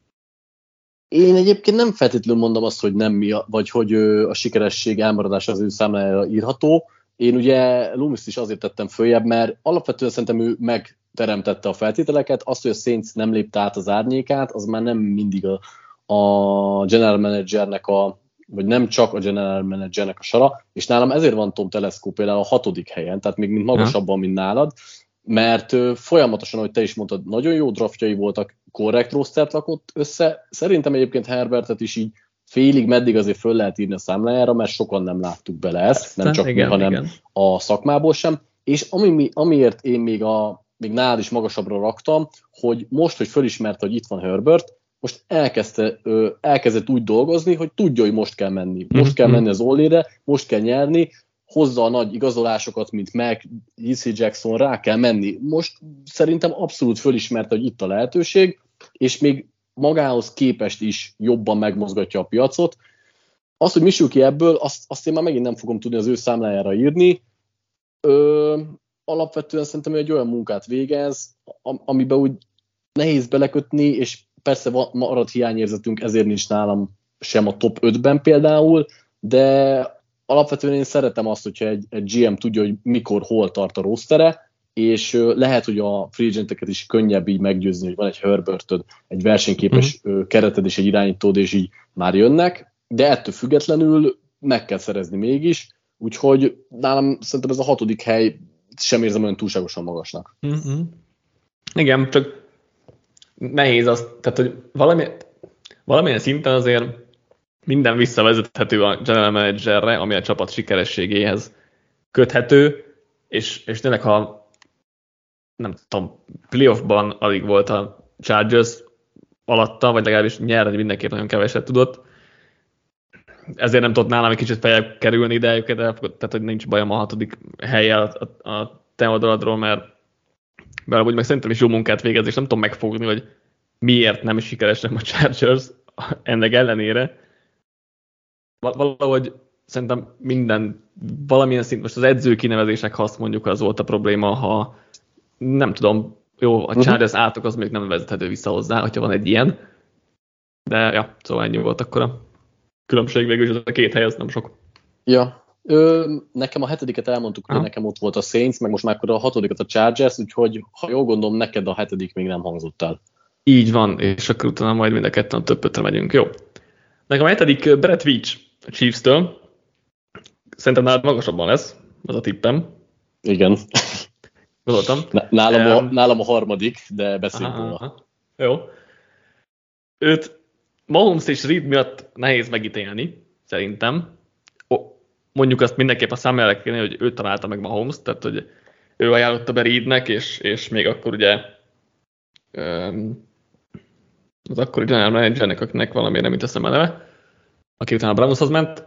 S2: Én egyébként nem feltétlenül mondom azt, hogy nem mi, vagy hogy a sikeresség elmaradása az ő számlájára írható. Én ugye Loomis is azért tettem följebb, mert alapvetően szerintem ő megteremtette a feltételeket. Azt, hogy a Saints nem lépte át az árnyékát, az már nem mindig a, a general managernek a, vagy nem csak a general managernek a sara, és nálam ezért van Tom Telesco például a hatodik helyen, tehát még mint magasabban, mint nálad, mert ö, folyamatosan, ahogy te is mondtad, nagyon jó draftjai voltak, korrekt rostert lakott össze. Szerintem egyébként Herbertet is így félig meddig azért föl lehet írni a számlájára, mert sokan nem láttuk bele ezt, Persze, nem csak igen, mi, hanem igen. a szakmából sem. És ami, amiért én még, a, még nálad is magasabbra raktam, hogy most, hogy fölismerte, hogy itt van Herbert, most elkezdte, ö, elkezdett úgy dolgozni, hogy tudja, hogy most kell menni. Most mm-hmm. kell menni az all-in-re, most kell nyerni, hozza a nagy igazolásokat, mint Mac, J C Jackson, rá kell menni. Most szerintem abszolút fölismerte, hogy itt a lehetőség, és még magához képest is jobban megmozgatja a piacot. Az, hogy mi sül ki ebből, azt, azt én már megint nem fogom tudni az ő számlájára írni. Ö, alapvetően szerintem egy olyan munkát végez, amiben úgy nehéz belekötni, és persze marad hiányérzetünk, ezért nincs nálam sem a top ötben például, de alapvetően én szeretem azt, hogyha egy, egy gé em tudja, hogy mikor, hol tart a rostere, és lehet, hogy a free agenteket is könnyebb így meggyőzni, hogy van egy Herbertöd, egy versenyképes uh-huh. kereted és egy irányítód, és így már jönnek, de ettől függetlenül meg kell szerezni mégis, úgyhogy nálam szerintem ez a hatodik hely sem érzem olyan túlságosan magasnak.
S3: Uh-huh. Igen, csak nehéz az, tehát hogy valami, valamilyen szinten azért minden visszavezethető a general managerre, ami a csapat sikerességéhez köthető, és, és tényleg, ha nem tudom, playoffban alig volt a Chargers alatta, vagy legalábbis nyerni mindenképp nagyon keveset tudott, ezért nem tudott nálam egy kicsit feljebb kerülni ide, tehát hogy nincs bajom a hatodik helyen a, a te oldaladról, mert mert amúgy meg szerintem is jó munkát végez, és nem tudom megfogni, hogy miért nem sikeresek a Chargers ennek ellenére. Valahogy szerintem minden, valamilyen szint, most az edző kinevezések, ha azt mondjuk, az volt a probléma, ha nem tudom, jó, a Chargers uh-huh. átok az még nem vezethető vissza hozzá, hogyha van egy ilyen. De ja, szóval ennyi volt akkor a különbség végül, és a két hely az nem sok.
S2: Ja. Ö, nekem a hetediket elmondtuk, hogy nekem ott volt a Saints, meg most már akkor a hatodikat a Chargers, úgyhogy ha jól gondolom, neked a hetedik még nem hangzott el.
S3: Így van, és akkor utána majd mind a ketten több ötre megyünk, jó. Nekem a hetedik Brett Veach a Chiefs-től. Szerintem nálad magasabban lesz, az a tippem.
S2: Igen.
S3: Gondoltam.
S2: Nálam, um, a, nálam a harmadik, de beszéljünk róla.
S3: Jó. Őt Mahomes és Reed miatt nehéz megítélni, szerintem. Mondjuk azt mindenképp a számjára kéne, hogy ő találta meg Mahomes, tehát hogy ő ajánlotta be Reednek, és, és még akkor ugye um, az akkori general managernek, akinek valamiért nem jut eszembe neve, aki utána a Brownshoz ment.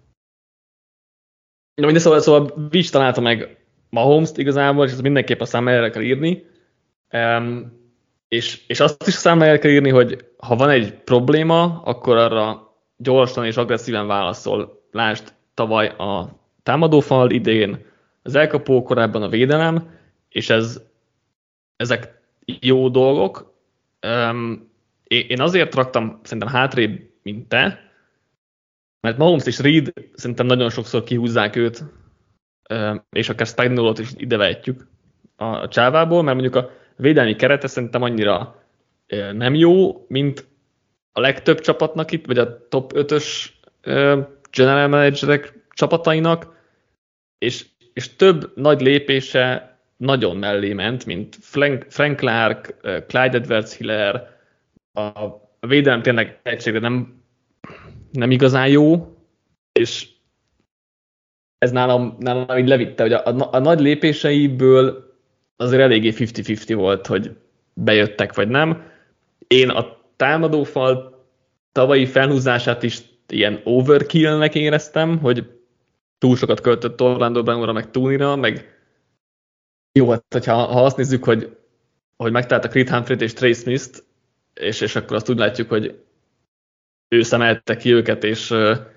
S3: De mindegy, szóval, szóval Veach találta meg Mahomes-t igazából, és ezt mindenképp a számjára kell írni. Um, és, és azt is a számjára kell írni, hogy ha van egy probléma, akkor arra gyorsan és agresszíven válaszol. Lásd, tavaly a támadófal, idén az elkapó, korábban a védelem, és ez, ezek jó dolgok. Um, én azért raktam szerintem hátrébb, mint te, mert Mahomes és Reed szerintem nagyon sokszor kihúzzák őt, um, és akár Spagnolot is ide vehetjük a, a csávából, mert mondjuk a védelmi kerete szerintem annyira uh, nem jó, mint a legtöbb csapatnak itt, vagy a top ötös uh, general managerek csapatainak, és, és több nagy lépése nagyon mellé ment, mint Frank, Frank Clark, Clyde Edwards-Helaire, a védelem tényleg egységre nem, nem igazán jó, és ez nálam, nálam így levitte, hogy a, a, a nagy lépéseiből azért eléggé fifty-fifty volt, hogy bejöttek vagy nem. Én a támadófal tavalyi felhúzását is ilyen overkill-nek éreztem, hogy túl sokat költött Orlando Brownra, meg Tooney-ra, meg jó, hát hogyha, ha azt nézzük, hogy, hogy megtaláltak Creed Humphreyt és Trey Smith-t, és, és akkor azt úgy látjuk, hogy ő szemelte ki őket, és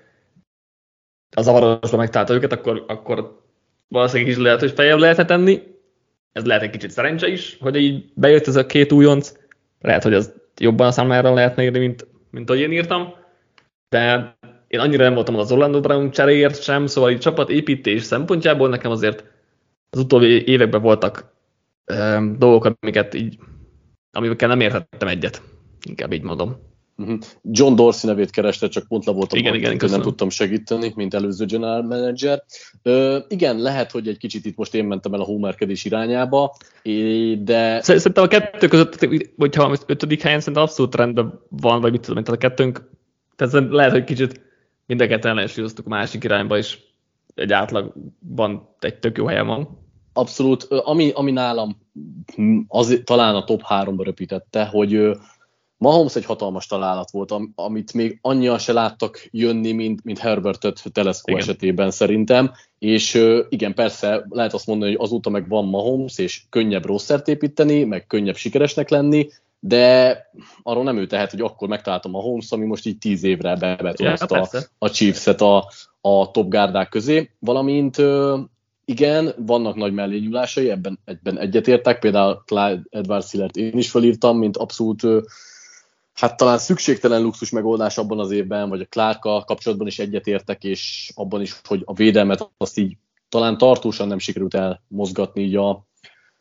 S3: az avarosban megtalálta őket, akkor, akkor valószínűleg is lehet, hogy feljebb lehetne tenni. Ez lehet egy kicsit szerencse is, hogy így bejött ez a két újonc. Lehet, hogy az jobban a számára lehetne írni, mint, mint ahogy én írtam. De én annyira nem voltam az Orlando Brown cseréért sem, szóval így csapatépítés szempontjából nekem azért az utóbbi években voltak um, dolgok, amiket így, amikkel nem értettem egyet. Inkább így mondom.
S2: John Dorsey nevét kereste, csak pont le voltam,
S3: igen, igen,
S2: nem tudtam segíteni, mint előző general manager. Ö, igen, lehet, hogy egy kicsit itt most én mentem el a homerkedés irányába, de...
S3: Szerintem a kettő között, hogyha az ötödik helyen szerintem abszolút rendben van, vagy mit tudom, mint a kettőnk, tehát lehet, hogy kicsit mind a ketten ellensúlyoztuk a másik irányba is, egy átlagban egy tök jó helyen van.
S2: Abszolút. Ami, ami nálam az, talán a top háromba röpítette, hogy Mahomes egy hatalmas találat volt, amit még annyian se láttak jönni, mint, mint Herbertet Telesco esetében szerintem, és igen, persze lehet azt mondani, hogy azóta meg van Mahomes, és könnyebb rosszert építeni, meg könnyebb sikeresnek lenni, de arról nem ő tehet, hogy akkor megtaláltam a Mahomes, ami most így tíz évre bebetonozta ja, a Chiefs-et a, a top gárdák közé, valamint igen, vannak nagy mellényúlásai, ebben, ebben egyetértek, például Clyde Edwards-Helaire-t én is felírtam, mint abszolút hát talán szükségtelen luxus megoldás abban az évben, vagy a Clarkkal kapcsolatban is egyetértek, és abban is, hogy a védelmet azt így talán tartósan nem sikerült elmozgatni így a,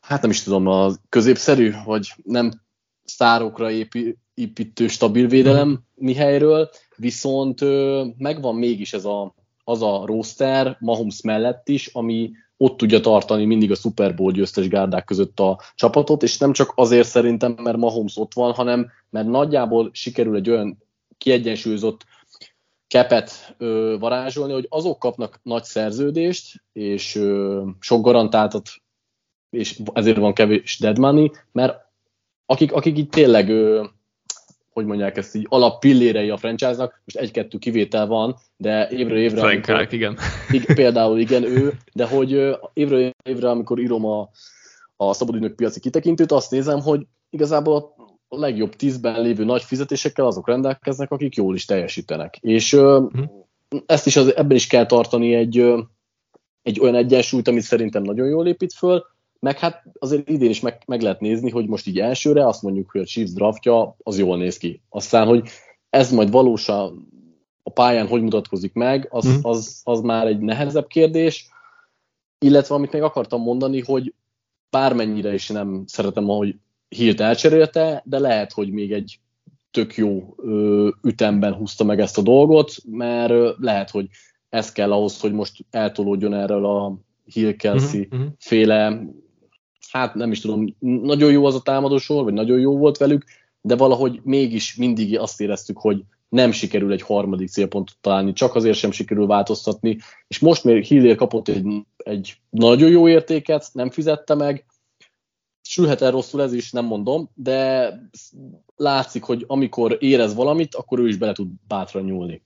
S2: hát nem is tudom, a középszerű, vagy nem sztárokra épi, építő stabil védelem mm. Mihályről, viszont ö, megvan mégis ez a, az a roster Mahomes mellett is, ami ott tudja tartani mindig a Super Bowl győztes gárdák között a csapatot, és nem csak azért szerintem, mert Mahomes ott van, hanem mert nagyjából sikerül egy olyan kiegyensúlyozott capet ö, varázsolni, hogy azok kapnak nagy szerződést, és ö, sok garantáltat, és ezért van kevés dead money, mert akik, akik így tényleg, ö, hogy mondják ezt így, alappillérei a franchise-nak, most egy-kettő kivétel van, de évről évre...
S3: Frank Clark, igen.
S2: igen. Például igen, ő, de hogy ö, évről évre, amikor írom a, a szabadügynök piaci kitekintőt, azt nézem, hogy igazából a legjobb tízben lévő nagy fizetésekkel azok rendelkeznek, akik jól is teljesítenek. És ö, mm. ezt is az, ebben is kell tartani egy, ö, egy olyan egyensúlyt, amit szerintem nagyon jól épít föl, meg hát azért idén is meg, meg lehet nézni, hogy most így elsőre azt mondjuk, hogy a Chiefs draftja az jól néz ki. Aztán, hogy ez majd valósan a pályán hogy mutatkozik meg, az, mm. az, az már egy nehezebb kérdés, illetve amit még akartam mondani, hogy bármennyire is nem szeretem, ahogy Hilt elcserélte, de lehet, hogy még egy tök jó ö, ütemben húzta meg ezt a dolgot, mert ö, lehet, hogy ez kell ahhoz, hogy most eltolódjon erről a Hill-Kelsey uh-huh, uh-huh. féle, hát nem is tudom, nagyon jó az a támadósor, vagy nagyon jó volt velük, de valahogy mégis mindig azt éreztük, hogy nem sikerül egy harmadik célpontot találni, csak azért sem sikerül változtatni, és most még Hillért kapott egy, egy nagyon jó értéket, nem fizette meg, sülhet el rosszul, ez is nem mondom, de látszik, hogy amikor érez valamit, akkor ő is bele tud bátran nyúlni.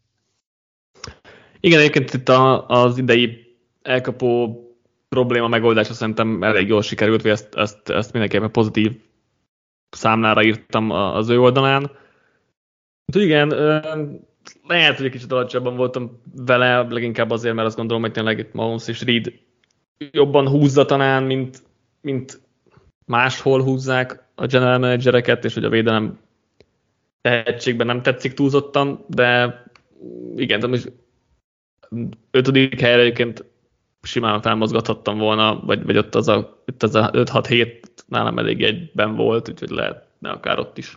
S3: Igen, egyébként itt a, az idei elkapó probléma megoldása szerintem elég jól sikerült, vagy ezt, ezt, ezt mindenképpen pozitív számlára írtam az ő oldalán. Úgyhogy igen, lehet, hogy egy kicsit alacsonyabban voltam vele, leginkább azért, mert azt gondolom, hogy tényleg itt Mahomes és Reed jobban húzza talán, mint, mint máshol húzzák a general managereket, és hogy a védelem tehetségben nem tetszik túlzottan, de igen, de most ötödik helyre egyébként simán felmozgathattam volna, vagy, vagy ott az a, ott az a öt hat hét nálam elég egyben volt, úgyhogy lehetne akár ott is.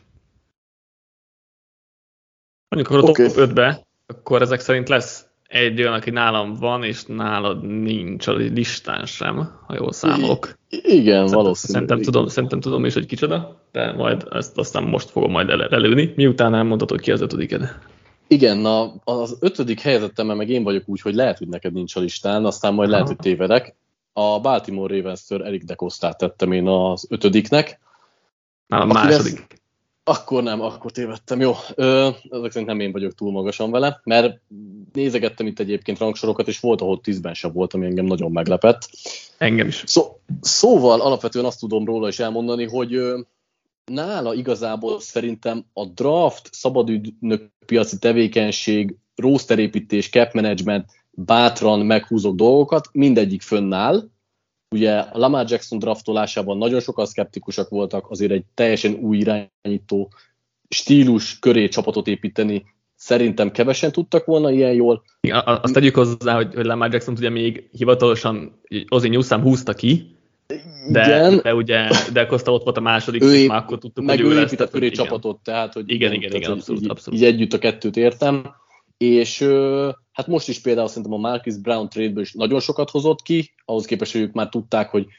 S3: Mondjuk akkor a okay. top ötbe, akkor ezek szerint lesz egy olyan, aki nálam van, és nálad nincs a listán sem, ha jól számolok.
S2: I- igen,
S3: szerintem,
S2: valószínűleg.
S3: Szerintem tudom, szerintem tudom is, hogy kicsoda, de majd ezt aztán most fogom majd el- előni, miután elmondhatod ki az ötödiked.
S2: Igen, na, az ötödik helyezettemben meg én vagyok úgy, hogy lehet, hogy neked nincs a listán, aztán majd lehet, hogy tévedek. A Baltimore Ravens-től Eric DeCostát tettem én az ötödiknek.
S3: Na, a második. Lesz...
S2: Akkor nem, akkor tévedtem, jó. Ö, ezek szerint nem én vagyok túl magasan vele, mert nézegettem itt egyébként rangsorokat, és volt, ahol tízben sem volt, ami engem nagyon meglepett.
S3: Engem is.
S2: Szó, szóval alapvetően azt tudom róla is elmondani, hogy ö, nála igazából szerintem a draft, szabadügynök piaci tevékenység, rosterépítés, cap management, bátran meghúzok dolgokat, mindegyik fönnáll. Ugye a Lamar Jackson draftolásában nagyon sokan szkeptikusak voltak, azért egy teljesen új irányító stílus köré csapatot építeni, szerintem kevesen tudtak volna ilyen jól.
S3: Igen, azt tegyük hozzá, hogy, hogy Lamar Jackson ugye még hivatalosan Ozzy Newsome húzta ki, de, de ugye de Costa ott volt a második,
S2: ő épp,
S3: már akkor tudtuk,
S2: meg
S3: hogy
S2: ő
S3: ő
S2: épített köré csapatot, tehát hogy
S3: igen, igen, igen, igen abszolút,
S2: így,
S3: abszolút.
S2: így együtt a kettőt értem. És hát most is például szerintem a Marquise Brown trade-ből is nagyon sokat hozott ki, ahhoz képest, hogy ők már tudták, hogy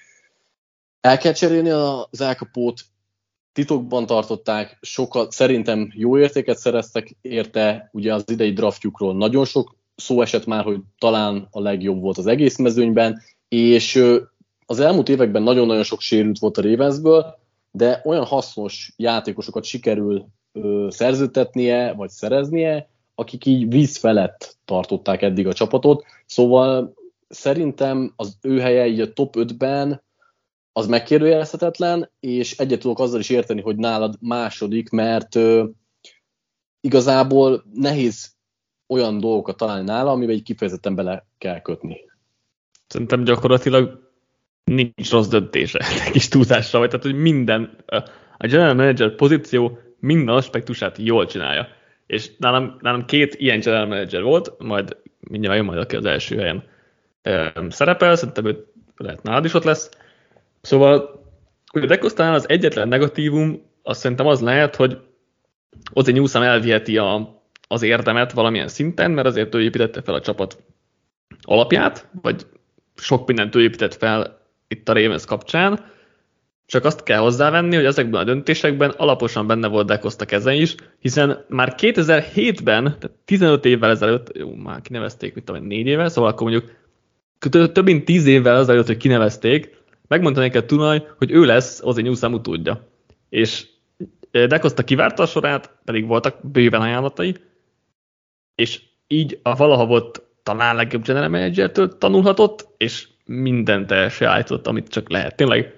S2: el kell cserélni az elkapót, titokban tartották, sokat, szerintem jó értéket szereztek érte, ugye az idei draftjukról nagyon sok szó esett már, hogy talán a legjobb volt az egész mezőnyben, és az elmúlt években nagyon-nagyon sok sérült volt a Ravensből, de olyan hasznos játékosokat sikerül szerződtetnie, vagy szereznie, akik így víz felett tartották eddig a csapatot. Szóval szerintem az ő helye így a top ötben az megkérdőjelezhetetlen, és egyet tudok azzal is érteni, hogy nálad második, mert ö, igazából nehéz olyan dolgokat találni nála, amiben egy kifejezetten bele kell kötni.
S3: Szerintem gyakorlatilag nincs rossz döntése, kis túlzásra, vagy tehát, hogy minden, a general manager pozíció minden aspektusát jól csinálja. És nálam, nálam két ilyen general manager volt, majd mindjárt jön majd, aki az első helyen ö, szerepel, szerintem ő lehet nálad is ott lesz. Szóval Ugye Decosztánál az egyetlen negatívum, azt szerintem az lehet, hogy Ozzy Newsome elviheti a, az érdemet valamilyen szinten, mert azért ő építette fel a csapat alapját, vagy sok mindent ő épített fel itt a Ravens kapcsán, csak azt kell hozzávenni, hogy ezekben a döntésekben alaposan benne volt Decosta keze is, hiszen már kétezer-hétben, tehát tizenöt évvel ezelőtt, jó, már kinevezték, mit tudom, négy éve, szóval akkor mondjuk több mint tíz évvel ezelőtt, hogy kinevezték, megmondta neked Tunaj, hogy ő lesz Ozzy Newsome utódja. És Decosta kivárta a sorát, pedig voltak bőven ajánlatai, és így a valaha volt talán legjobb general managertől tanulhatott, és mindent elsajátított, amit csak lehet. Tényleg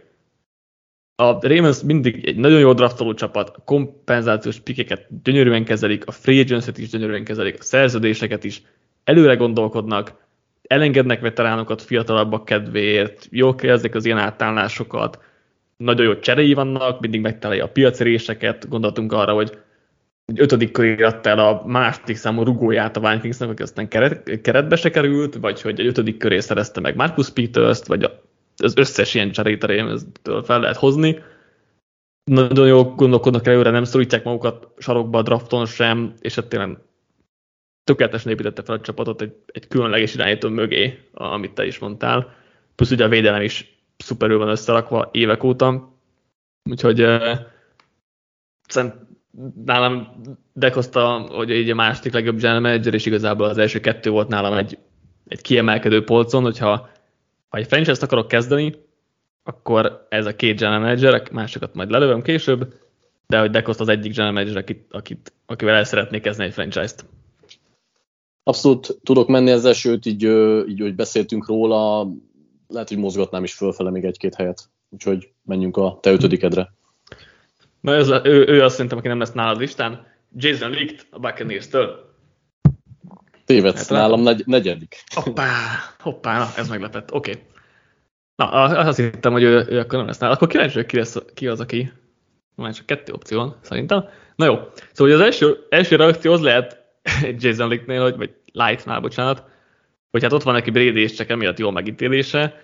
S3: a Ravens mindig egy nagyon jó draftoló csapat, a kompenzációs pikeket gyönyörűen kezelik, a free agency-t is gyönyörűen kezelik, a szerződéseket is, előre gondolkodnak, elengednek veteránokat fiatalabbak kedvéért, jól kezdik az ilyen átállásokat, nagyon jó cseréi vannak, mindig megtalálja a piacéréseket, gondoltunk arra, hogy egy ötödik köré adta el a második számú rugóját a Vikingsnek, aki aztán keret, keretbe se került, vagy hogy egy ötödik köré szerezte meg Marcus Peters-t, vagy az összes ilyen cserét a Ravens-től fel lehet hozni. Nagyon jól gondolkodnak előre, nem szorítják magukat sarokba a drafton sem, és hát tényleg tökéletesen építette fel a csapatot egy, egy különleges irányító mögé, amit te is mondtál. Plusz ugye a védelem is szuperül van összerakva évek óta, úgyhogy uh, szerintem nálam Decosta, hogy egy a második legjobb general manager, és igazából az első kettő volt nálam egy, egy kiemelkedő polcon, hogyha ha egy franchise-t akarok kezdeni, akkor ez a két general manager, másokat majd lelövöm később, de hogy Decosta az egyik general manager, akit, akit, akivel el szeretnék kezdeni egy franchise-t.
S2: Abszolút tudok menni ezzel, sőt, így, így hogy beszéltünk róla, lehet, hogy mozgatnám is fölfele még egy-két helyet. Úgyhogy menjünk a te ötödikedre.
S3: Na, ez, ő, ő azt szerintem, aki nem lesz nálad listán. Jason Licht a Buccaneers-től.
S2: Tévedsz, hát, nálam negy, negyedik.
S3: Hoppá, hoppá, na, ez meglepett. Oké. Okay. Na, azt hittem, hogy ő, ő akkor nem lesz nálad. Akkor kíváncsi, hogy ki, lesz, ki az, aki... Már csak kettő opció van, szerintem. Na jó. Szóval az első, első reakció az lehet Jason Lichtnél, hogy, vagy Lightnál, bocsánat, hogy hát ott van neki Brady, és csak emiatt jó megítélése,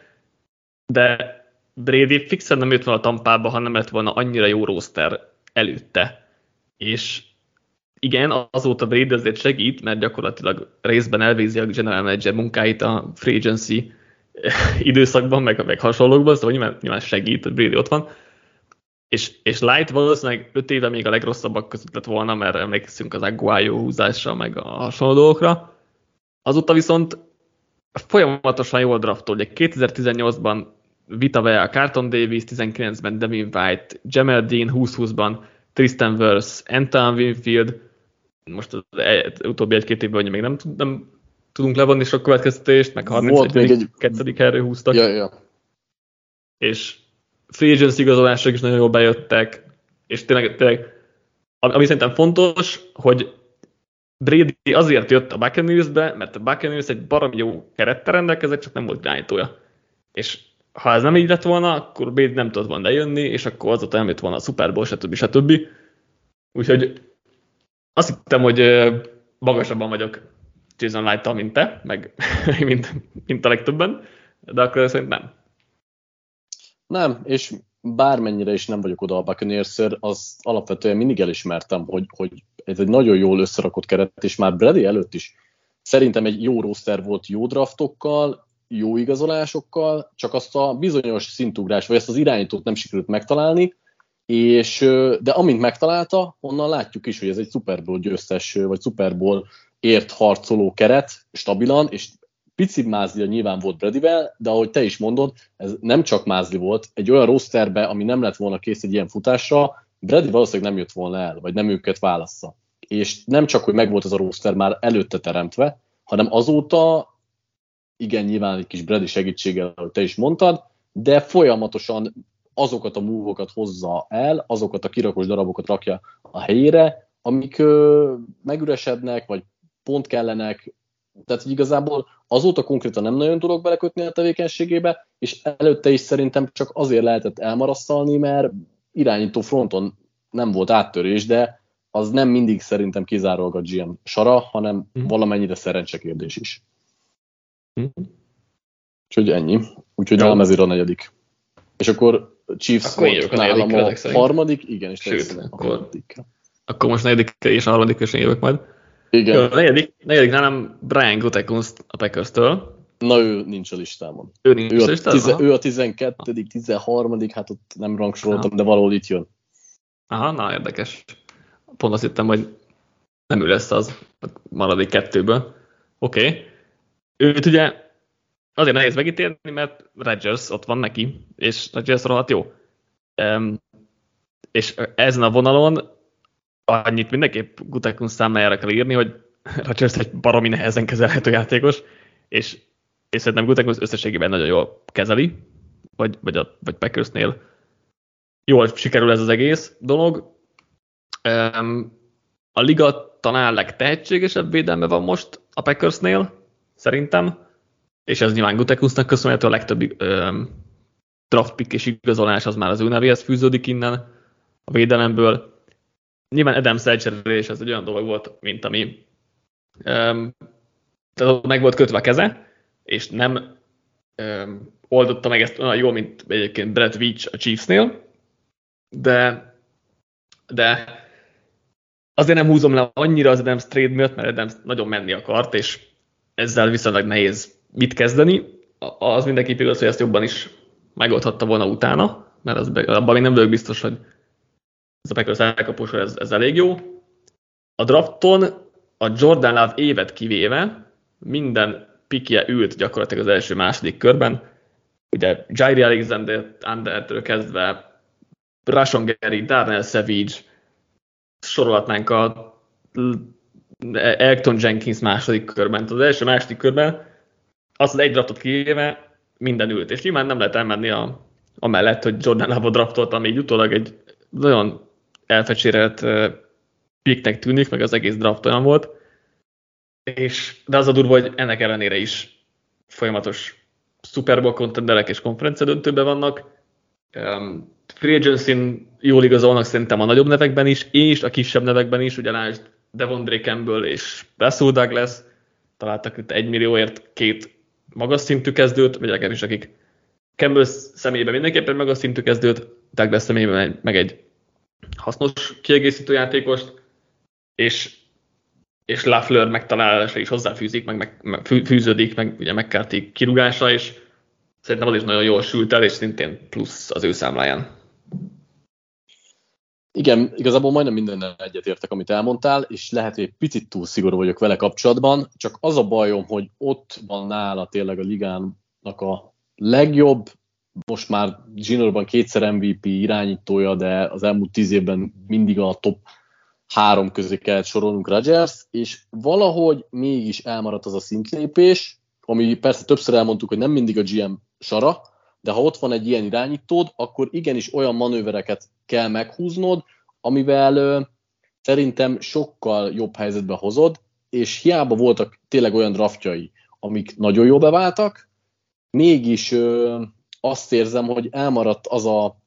S3: de Brady fixen nem jött volna a Tampába, ha nem lett volna annyira jó roster előtte. És igen, azóta Brady azért segít, mert gyakorlatilag részben elvégzi a general manager munkáit a free agency időszakban, meg, meg hasonlókban, szóval nyilván, nyilván segít, hogy Brady ott van. És, és Light valószínűleg öt éve még a legrosszabbak között lett volna, mert emlékszünk az Aguayo húzásra, meg a hasonló dolgokra. Azóta viszont folyamatosan jól draftol. Ugye kétezer-tizennyolcban Vita Vea, Carlton Davis, tizenkilencben Devin White, Jamel Dean, húsz-húszban Tristan Wirfs, Anton Winfield, most az utóbbi egy-két évben még nem, nem tudunk levonni sok következtetést, meg harmincegy helyre húztak.
S2: Ja, ja.
S3: És free agency igazolások is nagyon jól bejöttek, és tényleg, tényleg ami szerintem fontos, hogy Brady azért jött a Buccaneersbe, mert a Buccaneers egy baromi jó kerettel rendelkezett, csak nem volt irányítója. És ha ez nem így lett volna, akkor Brady nem tudott volna lejönni, és akkor azóta nem jött volna a Super Bowl, stb. stb. Úgyhogy azt hittem, hogy magasabban vagyok Jason Light-tal, mint te, meg mint, mint a legtöbben, de akkor szerintem nem.
S2: Nem, és bármennyire is nem vagyok oda a Buccaneers-szer, az alapvetően mindig elismertem, hogy, hogy ez egy nagyon jól összerakott keret, és már Brady előtt is szerintem egy jó roster volt jó draftokkal, jó igazolásokkal, csak azt a bizonyos szintugrás, vagy ezt az irányítót nem sikerült megtalálni, és, de amint megtalálta, onnan látjuk is, hogy ez egy Super Bowl győztes, vagy Super Bowl ért harcoló keret, stabilan, és pici mázlia nyilván volt Bradyvel, de ahogy te is mondod, ez nem csak mázli volt, egy olyan rosterbe, ami nem lett volna kész egy ilyen futásra, Brady valószínűleg nem jött volna el, vagy nem őket válassza. És nem csak, hogy megvolt ez a roster már előtte teremtve, hanem azóta, igen, nyilván egy kis Brady segítséggel, ahogy te is mondtad, de folyamatosan azokat a move-okat hozza el, azokat a kirakós darabokat rakja a helyére, amik ö, megüresednek, vagy pont kellenek, tehát igazából azóta konkrétan nem nagyon tudok belekötni a tevékenységébe, és előtte is szerintem csak azért lehetett elmarasztalni, mert irányító fronton nem volt áttörés, de az nem mindig szerintem kizárólag a gé em sara, hanem mm. valamennyire szerencsekérdés is. Mm. Úgyhogy ennyi. Úgyhogy nálam ezért a negyedik. És akkor Chiefs
S3: akkor
S2: volt nálam a harmadik, igen, és
S3: sőt,
S2: a
S3: akkor,
S2: harmadik.
S3: Akkor most negyedik és a harmadik is jövök majd.
S2: Igen.
S3: Jó, a negyedik, negyedik nálam Brian Gutekunst a Packers-től.
S2: Na, ő nincs a listámon.
S3: Ő nincs
S2: ő a,
S3: a listámon?
S2: Tize, ő a tizenkettedik, tizenharmadik, hát ott nem rangsoroltam, aha, de valahol itt jön.
S3: Aha, na érdekes. Pont azt hittem, hogy nem ő lesz az a maradék kettőből. Oké. Okay. Őt ugye azért nehéz megítélni, mert Rodgers ott van neki, és Rodgers rohadt jó. Um, és ezen a vonalon annyit mindenképp Gutekunst számlájára kell írni, hogy Rodgers egy baromi nehezen kezelhető játékos, és, és szerintem Gutekunst összességében nagyon jól kezeli, vagy, vagy, a, vagy Packersnél jól sikerül ez az egész dolog. Um, a liga talán legtehetségesebb védelme van most a Packersnél, szerintem, és ez nyilván Gutekunstnak köszönhető, a legtöbb um, draft pick és igazolás az már az ő nevéhez fűződik innen a védelemből. Nyilván Adams elcserélés ez egy olyan dolog volt, mint ami um, tehát meg volt kötve a keze, és nem um, oldotta meg ezt olyan jól, mint egyébként Brett Veach a Chiefsnél, de, de azért nem húzom le annyira az Adams trade miatt, mert Adams nagyon menni akart, és ezzel viszonylag nehéz mit kezdeni. Az mindenképp igaz, hogy ezt jobban is megoldhatta volna utána, mert az, abban még nem vagyok biztos, hogy ez a Packers elkapósor, ez, ez elég jó. A drafton a Jordan Love évet kivéve minden pikje ült gyakorlatilag az első-második körben. Ugye Jaire Alexander-től kezdve Rashawn Gary, Darnell Savage, sorolhatnánk a Elgton Jenkins második körben. Az első-második körben az az egy draftot kivéve minden ült. És nyilván nem lehet elmenni a, amellett, hogy Jordan Love-ot draftolta, ami utólag egy nagyon elfecsérelt picknek tűnik, meg az egész draft olyan volt. És, de az a durva, hogy ennek ellenére is folyamatos Super Bowl contenderek és konferencia döntőben vannak. Um, Free Agency-n jól igazolnak szerintem a nagyobb nevekben is, és a kisebb nevekben is, ugye lásd Devondre Campbell és Russell Douglas, találtak itt egy millióért két magas szintű kezdőt, vagy legalábbis akik Campbell személyében mindenképpen magas szintű kezdőt, Douglas személyében meg egy hasznos kiegészítő játékost, és, és Lafleur megtalálása is hozzáfűzik, meg, meg, meg fűződik, meg ugye McCarthy kirúgása, és szerintem az is nagyon jól sült el, és szintén plusz az ő számláján.
S2: Igen, igazából majdnem mindennel egyetértek, amit elmondtál, és lehet, hogy egy picit túl szigorú vagyok vele kapcsolatban, csak az a bajom, hogy ott van nála tényleg a ligának a legjobb, most már juniorban kétszer em vé pé irányítója, de az elmúlt tíz évben mindig a top három közé kellett sorolnunk Rodgers, és valahogy mégis elmaradt az a szintlépés, ami persze többször elmondtuk, hogy nem mindig a gé em sara, de ha ott van egy ilyen irányítód, akkor igenis olyan manővereket kell meghúznod, amivel ö, szerintem sokkal jobb helyzetbe hozod, és hiába voltak tényleg olyan draftjai, amik nagyon jól beváltak, mégis ö, azt érzem, hogy elmaradt az a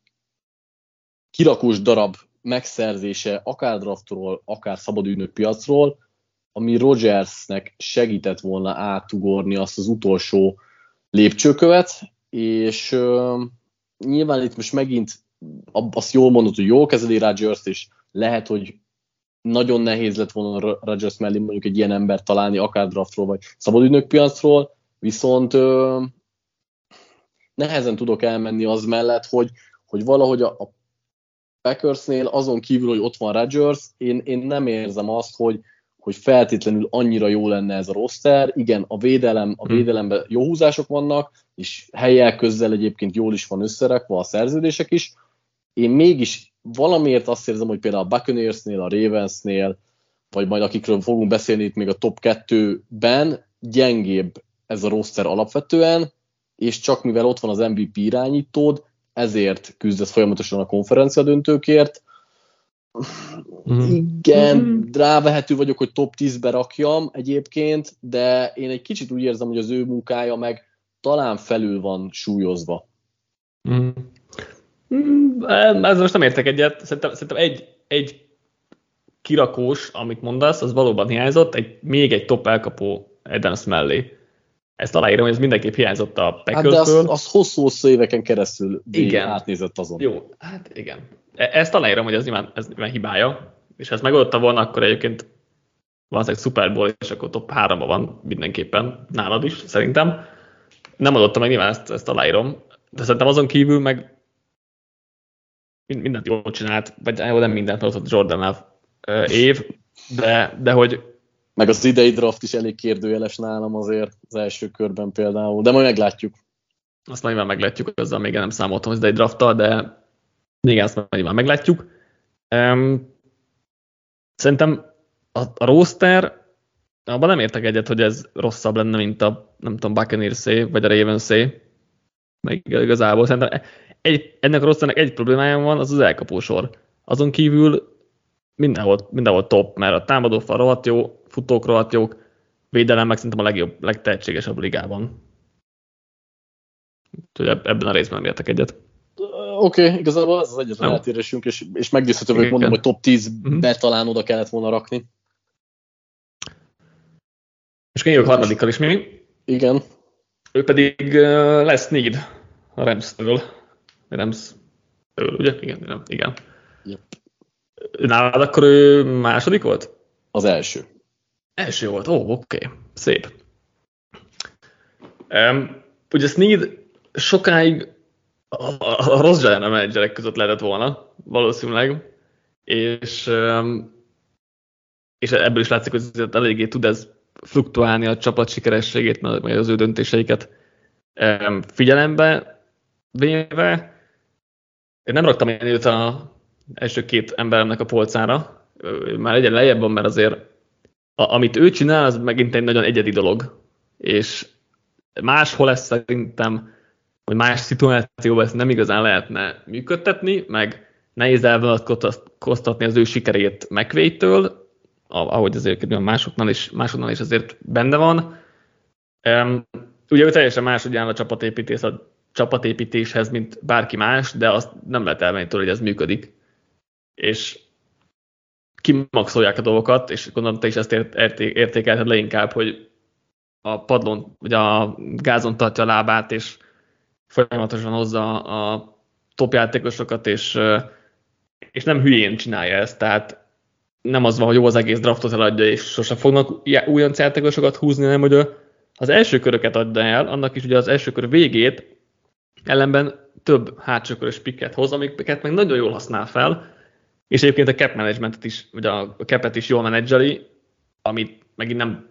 S2: kirakós darab megszerzése akár draftról, akár szabadügynök piacról, ami Rodgersnek segített volna átugorni azt az utolsó lépcsőkövet, és uh, nyilván itt most megint azt jól mondod, hogy jól kezeli Rodgers-t, és lehet, hogy nagyon nehéz lett volna Rodgers mellé mondjuk egy ilyen embert találni, akár draftról, vagy szabadügynök piacról, viszont uh, nehezen tudok elmenni az mellett, hogy, hogy valahogy a, a Packersnél azon kívül, hogy ott van Rodgers, én, én nem érzem azt, hogy, hogy feltétlenül annyira jó lenne ez a roster. Igen, a védelem, a védelemben jó húzások vannak, és helyek közzel egyébként jól is van összerakva a szerződések is. Én mégis valamiért azt érzem, hogy például a Buccaneersnél, a Ravensnél, vagy majd akikről fogunk beszélni itt még a top kettőben, gyengébb ez a roster alapvetően, és csak mivel ott van az em vé pé irányítód, ezért küzdesz folyamatosan a konferencia döntőkért. Mm. Igen, mm. rávehető vagyok, hogy top tízbe rakjam egyébként, de én egy kicsit úgy érzem, hogy az ő munkája meg talán felül van súlyozva.
S3: Mm. Mm, ez most nem értek egyet. Szerintem, szerintem egy, egy kirakós, amit mondasz, az valóban hiányzott, egy, még egy top elkapó Adams mellé. ezt aláírom, hogy ez mindenképp hiányzott a Packersből.
S2: Hát de az, az hosszú-hosszú éveken keresztül átnézett azon.
S3: Jó, hát igen. Ezt aláírom, hogy ez nyilván, ez nyilván hibája, és ha ezt megoldotta volna, akkor egyébként valószínűleg Super Bowl, és akkor top háromban van mindenképpen, nálad is, szerintem. Nem adotta meg, nyilván ezt, ezt aláírom, de szerintem azon kívül meg mindent jól csinált, vagy nem mindent, mert ott Jordan Love év, de, de hogy...
S2: Meg az idei draft is elég kérdőjeles nálam azért, az első körben például, de majd meglátjuk.
S3: Azt majd meglátjuk, azzal még nem számoltam az idei drafttal, de igen, azt majd meglátjuk. Um, szerintem a, a roster, abban nem értek egyet, hogy ez rosszabb lenne, mint a, nem tudom, Buccaneers-é, vagy a Ravens-é. Meg igazából szerintem egy, ennek a rosternek egy problémája van, az az elkapósor. Azon kívül mindenhol, mindenhol top, mert a támadófal rohadt jó, futók rohadt jók, védelem meg szerintem a legjobb, legtehetségesebb ligában. Úgyhogy ebben a részben nem értek egyet.
S2: Oké, okay, igazából az az egyetlen eltérésünk, és, és meggyőzhető vagyok, mondom, hogy top tízbe uh-huh. talán oda kellett volna rakni.
S3: És én jövök harmadikkal is még.
S2: Igen.
S3: Ő pedig uh, lesz Snead a Rams-től. Rams-től, ugye? Igen, nem, igen.
S2: Yep.
S3: Nálad akkor ő második volt?
S2: Az első.
S3: Első volt, ó, oh, oké, okay. Szép. Um, ugye Snead sokáig a, a, a rossz general managerek között lehetett volna, valószínűleg, és, um, és ebből is látszik, hogy eléggé tud ez fluktuálni a csapat sikerességét, meg az ő döntéseiket um, figyelembe véve. Én nem raktam én őt az első két emberemnek a polcára, már egyen lejjebb van, mert azért a, amit ő csinál, az megint egy nagyon egyedi dolog, és máshol lesz szerintem, hogy más szituációban ezt nem igazán lehetne működtetni, meg nehéz elvonatkoztatni az ő sikerét McVay-től, ahogy azért másoknál is, másoknál is azért benne van. Um, ugye ő teljesen máshogy áll a csapatépítés, a csapatépítéshez, mint bárki más, de azt nem lehet elmenni tőle, hogy ez működik. És kimaxolják a dolgokat, és gondolom te is ezt értékelted le inkább, hogy a padlón, vagy a gázon tartja a lábát, és folyamatosan hozza a top játékosokat, és, és nem hülyén csinálja ezt, tehát nem az van, hogy jó az egész draftot eladja, és sosem fognak újonc játékosokat húzni, hanem hogy az első köröket adja el, annak is ugye az első kör végét ellenben több hátsókörös pikket hoz, amiket meg nagyon jól használ fel, és egyébként a cap managementet is, vagy a capet is jól menedzseli, amit megint nem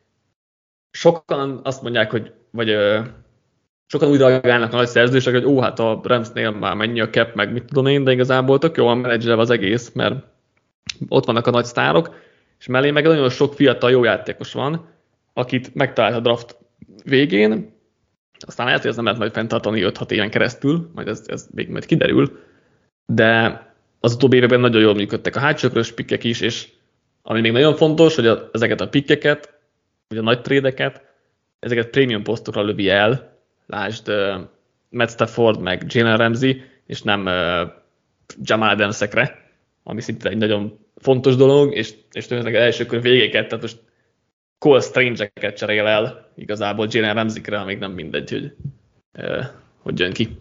S3: sokan azt mondják, hogy vagy ö, sokan úgy reagálnak a nagy szerződések, hogy ó, hát a Ramsnél már mennyi a cap, meg mit tudom én, de igazából tök jól menedzselve az egész, mert ott vannak a nagy sztárok, és mellé meg nagyon sok fiatal jó játékos van, akit megtalált a draft végén, aztán lehet, hogy ez nem lehet majd fenntartani öt-hat éven keresztül, majd ez, ez még majd kiderül, de az utóbbi években nagyon jól működtek a hátsókörös pikkek is, és ami még nagyon fontos, hogy a, ezeket a pikkeket, vagy a nagy trédeket, ezeket prémium posztokra lövi el, lásd uh, Matt Stafford, meg Jalen Ramsey, és nem uh, Jamal Adams-ekre, ami szinte egy nagyon fontos dolog, és, és tulajdonképpen első kör végéket, tehát most Cole Strange-eket cserél el igazából Jalen Ramsey-kre, amíg nem mindegy, hogy uh, hogy jön ki.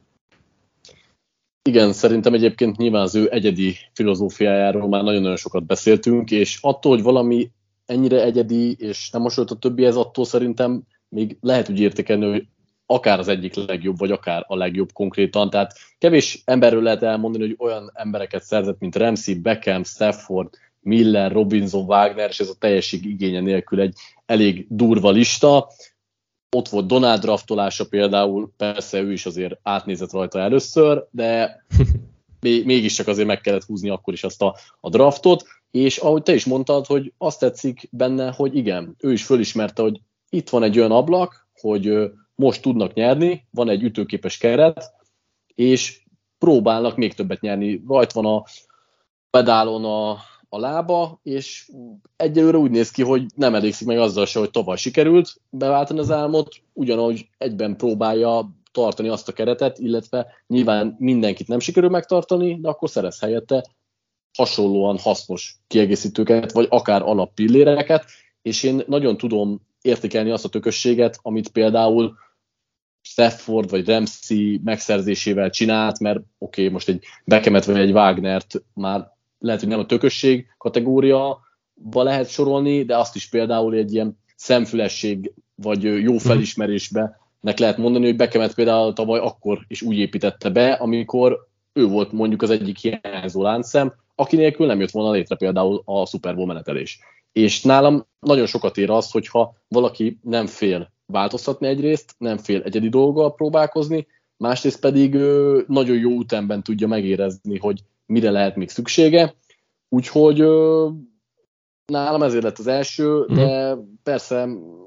S2: Igen, szerintem egyébként nyilván az ő egyedi filozófiájáról már nagyon-nagyon sokat beszéltünk, és attól, hogy valami ennyire egyedi, és nem hasonlít a többihez, attól szerintem még lehet úgy értékelni, hogy akár az egyik legjobb, vagy akár a legjobb konkrétan. Tehát kevés emberről lehet elmondani, hogy olyan embereket szerzett, mint Ramsey, Beckham, Stafford, Miller, Robinson, Wagner, és ez a teljesség igénye nélkül egy elég durva lista. Ott volt Donald draftolása például, persze ő is azért átnézett rajta először, de mégiscsak azért meg kellett húzni akkor is azt a, a draftot, és ahogy te is mondtad, hogy azt tetszik benne, hogy igen, ő is fölismerte, hogy itt van egy olyan ablak, hogy most tudnak nyerni, van egy ütőképes keret, és próbálnak még többet nyerni. Rajt van a pedálon a, a lába, és egyelőre úgy néz ki, hogy nem elégszik meg azzal se, hogy tavaly sikerült beváltani az álmot, ugyanúgy egyben próbálja tartani azt a keretet, illetve nyilván mindenkit nem sikerül megtartani, de akkor szerez helyette hasonlóan hasznos kiegészítőket, vagy akár alappilléreket, és én nagyon tudom értékelni azt a tökösséget, amit például Stafford vagy Ramsey megszerzésével csinált, mert oké, okay, most egy Beckhamet vagy egy Wagnert már lehet, hogy nem a tökösség kategóriába lehet sorolni, de azt is például egy ilyen szemfülesség vagy jó felismerésbe nek lehet mondani, hogy Beckhamet például tavaly akkor is úgy építette be, amikor ő volt mondjuk az egyik hiányzó láncszem, aki nélkül nem jött volna létre például a Super Bowl menetelés. És nálam nagyon sokat ér az, hogyha valaki nem fél változtatni egyrészt, nem fél egyedi dolggal próbálkozni, másrészt pedig ö, nagyon jó ütemben tudja megérezni, hogy mire lehet még szüksége. Úgyhogy ö, nálam ezért lett az első, de persze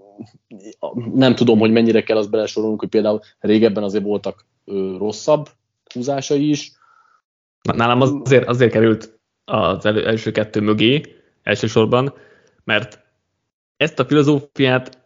S2: nem tudom, hogy mennyire kell azt belesorolnunk, hogy például régebben azért voltak ö, rosszabb húzásai is.
S3: Nálam azért, azért került az elő, első kettő mögé, elsősorban, mert ezt a filozófiát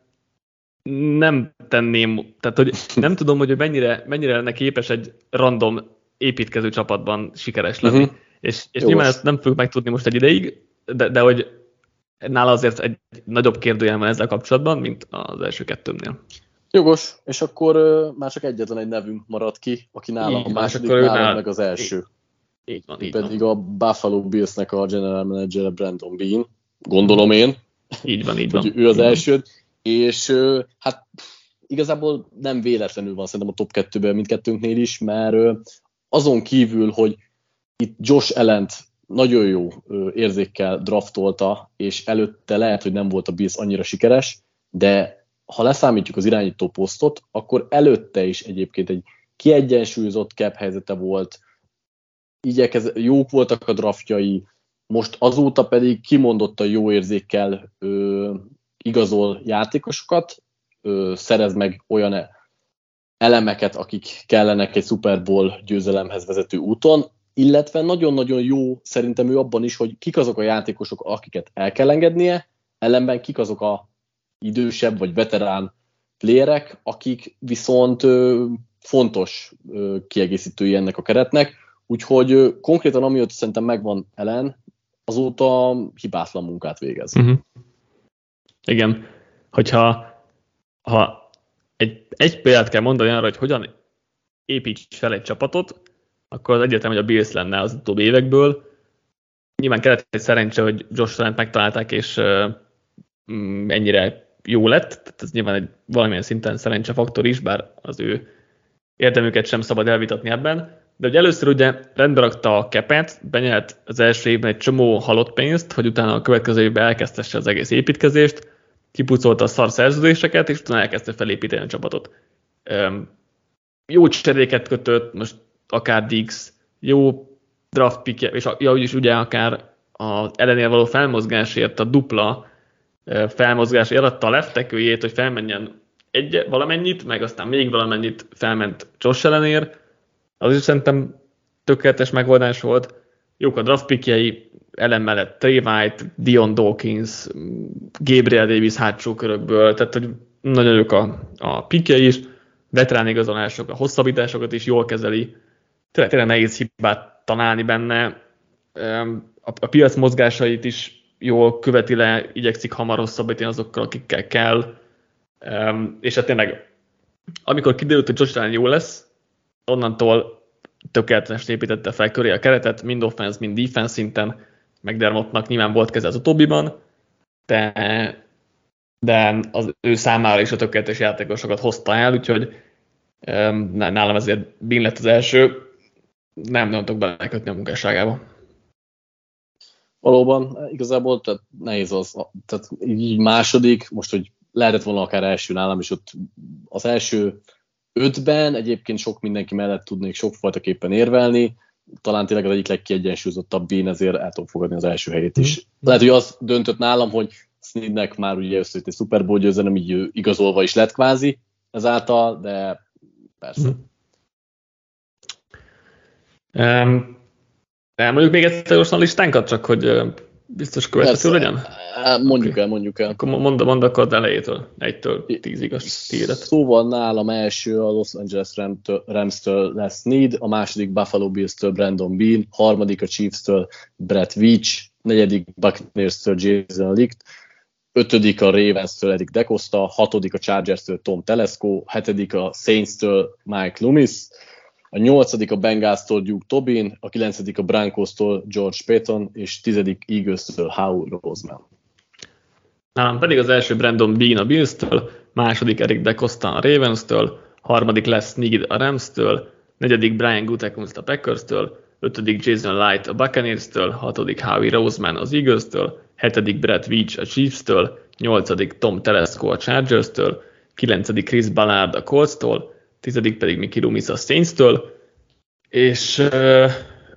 S3: nem tenném, tehát hogy nem tudom, hogy mennyire, mennyire lenne képes egy random építkező csapatban sikeres lenni. Uh-huh. És, és nyilván ezt nem fogjuk megtudni most egy ideig, de, de hogy nála azért egy nagyobb kérdőjel van ezzel kapcsolatban, mint az első kettőmnél.
S2: Jogos, és akkor uh, már csak egyetlen egy nevünk maradt ki, aki nála a második, nála nál... meg az első.
S3: Így, így van, így
S2: pedig
S3: van.
S2: A Buffalo Billsnek a general manager Brandon Beane, gondolom én.
S3: Így van, így van.
S2: Hogy ő az első, és uh, hát igazából nem véletlenül van szerintem a top kettőben mindkettőnknél is, mert uh, azon kívül, hogy itt Josh Allent nagyon jó uh, érzékkel draftolta, és előtte lehet, hogy nem volt a Bills annyira sikeres, de ha leszámítjuk az irányító posztot, akkor előtte is egyébként egy kiegyensúlyozott cap helyzete volt, igyekez, jók voltak a draftjai, most azóta pedig kimondottan jó érzékkel ö, igazol játékosokat, ö, szerez meg olyan elemeket, akik kellenek egy Super Bowl győzelemhez vezető úton, illetve nagyon-nagyon jó szerintem ő abban is, hogy kik azok a játékosok, akiket el kell engednie, ellenben kik azok a idősebb vagy veterán playerek, akik viszont ö, fontos ö, kiegészítői ennek a keretnek, úgyhogy ö, konkrétan amióta szerintem megvan Allen, azóta hibátlan munkát végez. Uh-huh.
S3: Igen, hogyha ha egy, egy példát kell mondani arra, hogy hogyan építs fel egy csapatot, akkor az egyértelmű, hogy a Bills lenne az utóbbi évekből. Nyilván kellett egy szerencse, hogy Josh Allent megtalálták, és uh, ennyire jó lett, tehát ez nyilván egy valamilyen szinten szerencsefaktor is, bár az ő érdemüket sem szabad elvitatni ebben. De ugye először ugye rendbe rakta a capet, benyelt az első évben egy csomó halott pénzt, hogy utána a következő évben elkezdhesse az egész építkezést, kipucolta a szar szerződéseket, és utána elkezdte felépíteni a csapatot. Üm, jó cseréket kötött, most akár Diggs, jó draft pick, és ja, úgyis ugye akár az ellenél való felmozgásért a dupla felmozgás adta a left tackle-jét, hogy felmenjen egy valamennyit, meg aztán még valamennyit felment Josh Allenért. Az is szerintem tökéletes megoldás volt. Jók a draft pickjei, Allen mellett Trey White, Dion Dawkins, Gabriel Davis hátsó körökből, tehát hogy nagyon jók a, a pickjei is, veterán igazolások, a hosszabbításokat is jól kezeli. Tényleg, tényleg nehéz hibát találni benne. A, a piac mozgásait is jól követi le, igyekszik hamar hosszabbítani azokkal, akikkel kell. Um, és hát tényleg, amikor kiderült, hogy Josh Allen jó lesz, onnantól tökéletesen építette fel köré a keretet, mind offense, mind defense szinten. McDermottnak nyilván volt keze az utóbbiban, de, de az ő számára is a tökéletes játékosokat hozta el, úgyhogy um, nálam ezért Beane lett az első. Nem, nem tudok belekötni a munkásságába.
S2: Valóban, igazából tehát nehéz az, tehát így második, most, hogy lehetett volna akár első nálam, és ott az első ötben egyébként sok mindenki mellett tudnék sokfajtaképpen érvelni, talán tényleg az egyik legkiegyensúlyozottabb Beane, ezért el tudom fogadni az első helyét is. Lehet, hogy az döntött nálam, hogy Sneadnek már ugye összejött egy Super Bowl győzelem, így igazolva is lett kvázi ezáltal, de persze.
S3: Um. Mondjuk még egyszer gyorsan a listánkat, csak hogy biztos követhető legyen?
S2: Mondjuk okay. el, mondjuk el.
S3: Akkor mondd, mondd akkor az elejétől, egytől tízig a tiédet.
S2: Szóval nálam első a Los Angeles Rams-től lesz Snead, a második Buffalo Bills-től Brandon Beane, harmadik a Chiefs-től Brett Veach, negyedik Buccaneers-től Jason Licht, ötödik a Ravens-től Eric DeCosta, hatodik a Chargers-től Tom Telesco, hetedik a Saints-től Mike Loomis, a nyolcadik a Bengals-től Duke Tobin, a kilencedik a Broncos-tól George Paton, és tizedik Eagles-től Howie Roseman.
S3: Nálam pedig az első Brandon Bean a Bills-től, második Eric DeCosta a Ravens-től, harmadik Les Snead a Rams-től, negyedik Brian Gutekunst a Packers-től, ötödik Jason Light a Buccaneers-től, hatodik Howie Roseman az Eagles-től, hetedik Brett Veach a Chiefs-től, nyolcadik Tom Telesco a Chargers-től, kilencedik Chris Ballard a Colts-tól, tizedik pedig Mickey Loomis a Saints-től, és uh,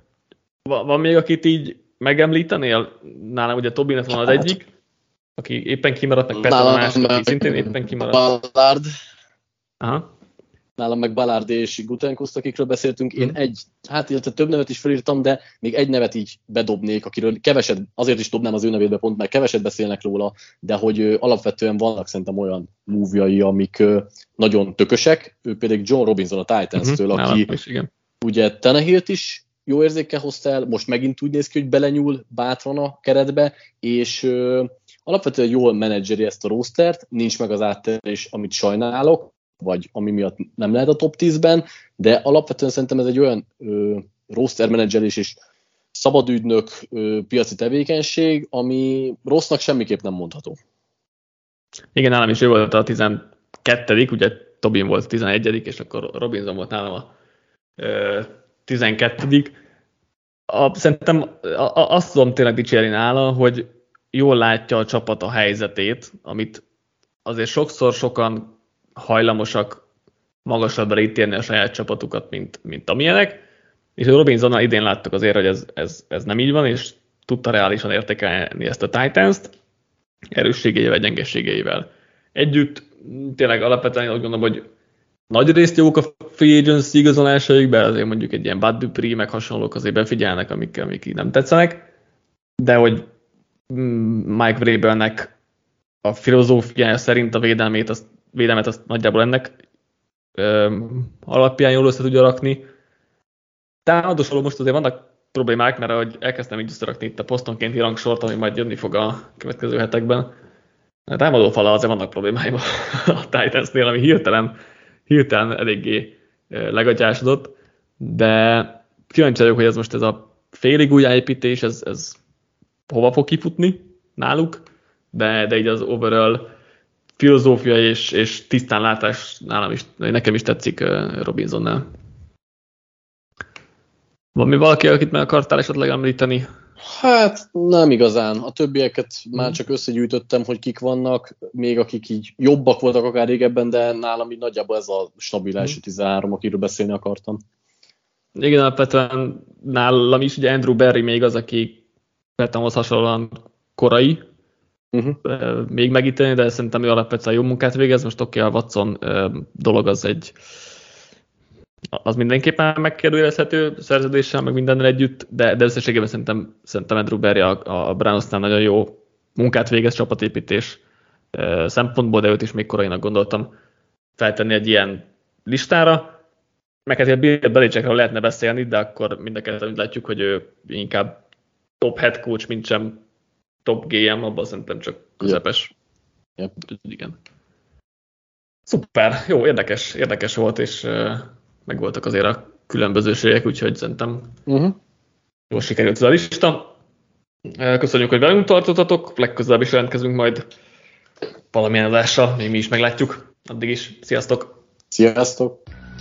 S3: van még, akit így megemlítenél? Nálam ugye Tobinet van az egyik, aki éppen kimaradt, meg Petra a másik, aki szintén éppen kimaradt.
S2: Ballard.
S3: Aha.
S2: Nálam meg Ballard és Gutekunst, akikről beszéltünk. Én egy, hát illetve több nevet is felírtam, de még egy nevet így bedobnék, akiről keveset, azért is dobnám az ő nevébe pont, mert keveset beszélnek róla, de hogy ö, alapvetően vannak szerintem olyan múvjai, amik ö, nagyon tökösek. Ő pedig John Robinson a Titans-től, uh-huh, aki
S3: is,
S2: ugye Tannehilt is jó érzékkel hozta el, most megint úgy néz ki, hogy belenyúl bátran a keretbe, és ö, alapvetően jól menedzseri ezt a rostert, nincs meg az átterés, amit sajnálok, vagy ami miatt nem lehet a top tízben, de alapvetően szerintem ez egy olyan ö, roster menedzselés és szabadügynök ö, piaci tevékenység, ami rossznak semmiképp nem mondható.
S3: Igen, nálam is ő volt a tizenkettedik, ugye Tobin volt a tizenegyedik, és akkor Robinson volt nálam a ö, tizenkettedik. A, szerintem a, a, azt tudom tényleg dicsérni nála, hogy jól látja a csapat a helyzetét, amit azért sokszor sokan hajlamosak magasabbra ítélni a saját csapatukat, mint, mint amilyenek, és a Robinsonnal idén láttuk azért, hogy ez, ez, ez nem így van, és tudta reálisan értékelni ezt a Titans-t, erősségeivel, gyengeségeivel együtt. Tényleg alapvetően úgy gondolom, hogy nagy részt jók a free agency igazolásaikben, azért mondjuk egy ilyen Bud Dupree, meg hasonlók azért befigyelnek, amik, amik így nem tetszenek, de hogy Mike Vrabelnek a filozófiája szerint a védelmét, azt, védelmet azt nagyjából ennek ö, alapján jól össze tudja rakni. Támadósorban most azért vannak problémák, mert ahogy elkezdtem így összerakni itt a posztonkénti rangsort, ami majd jönni fog a következő hetekben, a támadófala azért vannak problémáim a Titansnél, ami hirtelen, hirtelen eléggé legatyásodott, de kíváncsi vagyok, hogy ez most ez a félig új építés, ez, ez hova fog kifutni náluk, de, de így az overall filozófia és, és tisztánlátás nálam is, nekem is tetszik Robinsonnál. Van mi valaki, akit meg akartál esetleg említeni?
S2: Hát nem igazán. A többieket már csak összegyűjtöttem, hogy kik vannak, még akik így jobbak voltak akár régebben, de nálam így nagyjából ez a stabil első tizenhárom, akiről beszélni akartam.
S3: Igen, alapvetően nálam is ugye Andrew Berry még az, aki Petonhoz hasonlóan korai, uh-huh. még megítélni, de szerintem ő alapvetően jó munkát végez. Most oké, okay, a Watson dolog az egy az mindenképpen megkérdőjelezhető szerződéssel, meg mindennel együtt, de, de összességében szerintem, szerintem Andrew Berry a, a Brownsnál nagyon jó munkát végez csapatépítés szempontból, de őt is még korainak gondoltam feltenni egy ilyen listára. Meg hát Bill Belichickről lehetne beszélni, de akkor mindeket látjuk, hogy ő inkább top head coach, mint sem top gé em, abban szerintem csak közepes.
S2: Yep.
S3: Yep. Igen. Szuper, jó, érdekes, érdekes volt, és uh, meg voltak azért a különbözőségek, úgyhogy szerintem uh-huh. jól sikerült ez a lista. Uh, köszönjük, hogy velünk tartottatok, legközelebb is jelentkezünk majd valamilyen adással, még mi is meglátjuk. Addig is, sziasztok!
S2: Sziasztok!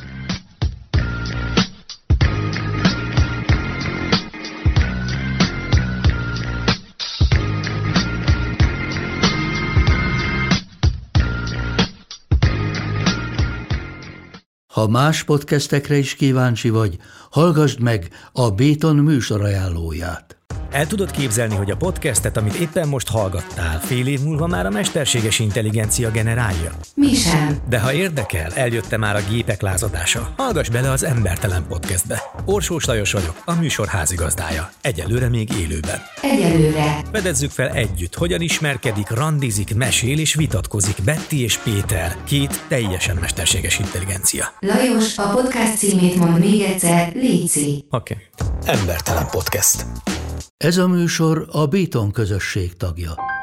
S4: Ha más podcastekre is kíváncsi vagy, hallgassd meg a Béton műsor ajánlóját.
S5: El tudod képzelni, hogy a podcastet, amit éppen most hallgattál, fél év múlva már a mesterséges intelligencia generálja?
S6: Mi sem.
S5: De ha érdekel, eljött már a gépek lázadása. Hallgass bele az Embertelen Podcastbe. Orsós Lajos vagyok, a műsor házigazdája. Egyelőre még élőben.
S6: Egyelőre.
S5: Fedezzük fel együtt, hogyan ismerkedik, randizik, mesél és vitatkozik Betty és Péter, két teljesen mesterséges intelligencia.
S6: Lajos, a podcast címét mond még egyszer, léci.
S5: Oké. Okay. Embertelen Podcast.
S4: Ez a műsor a Béton közösség tagja.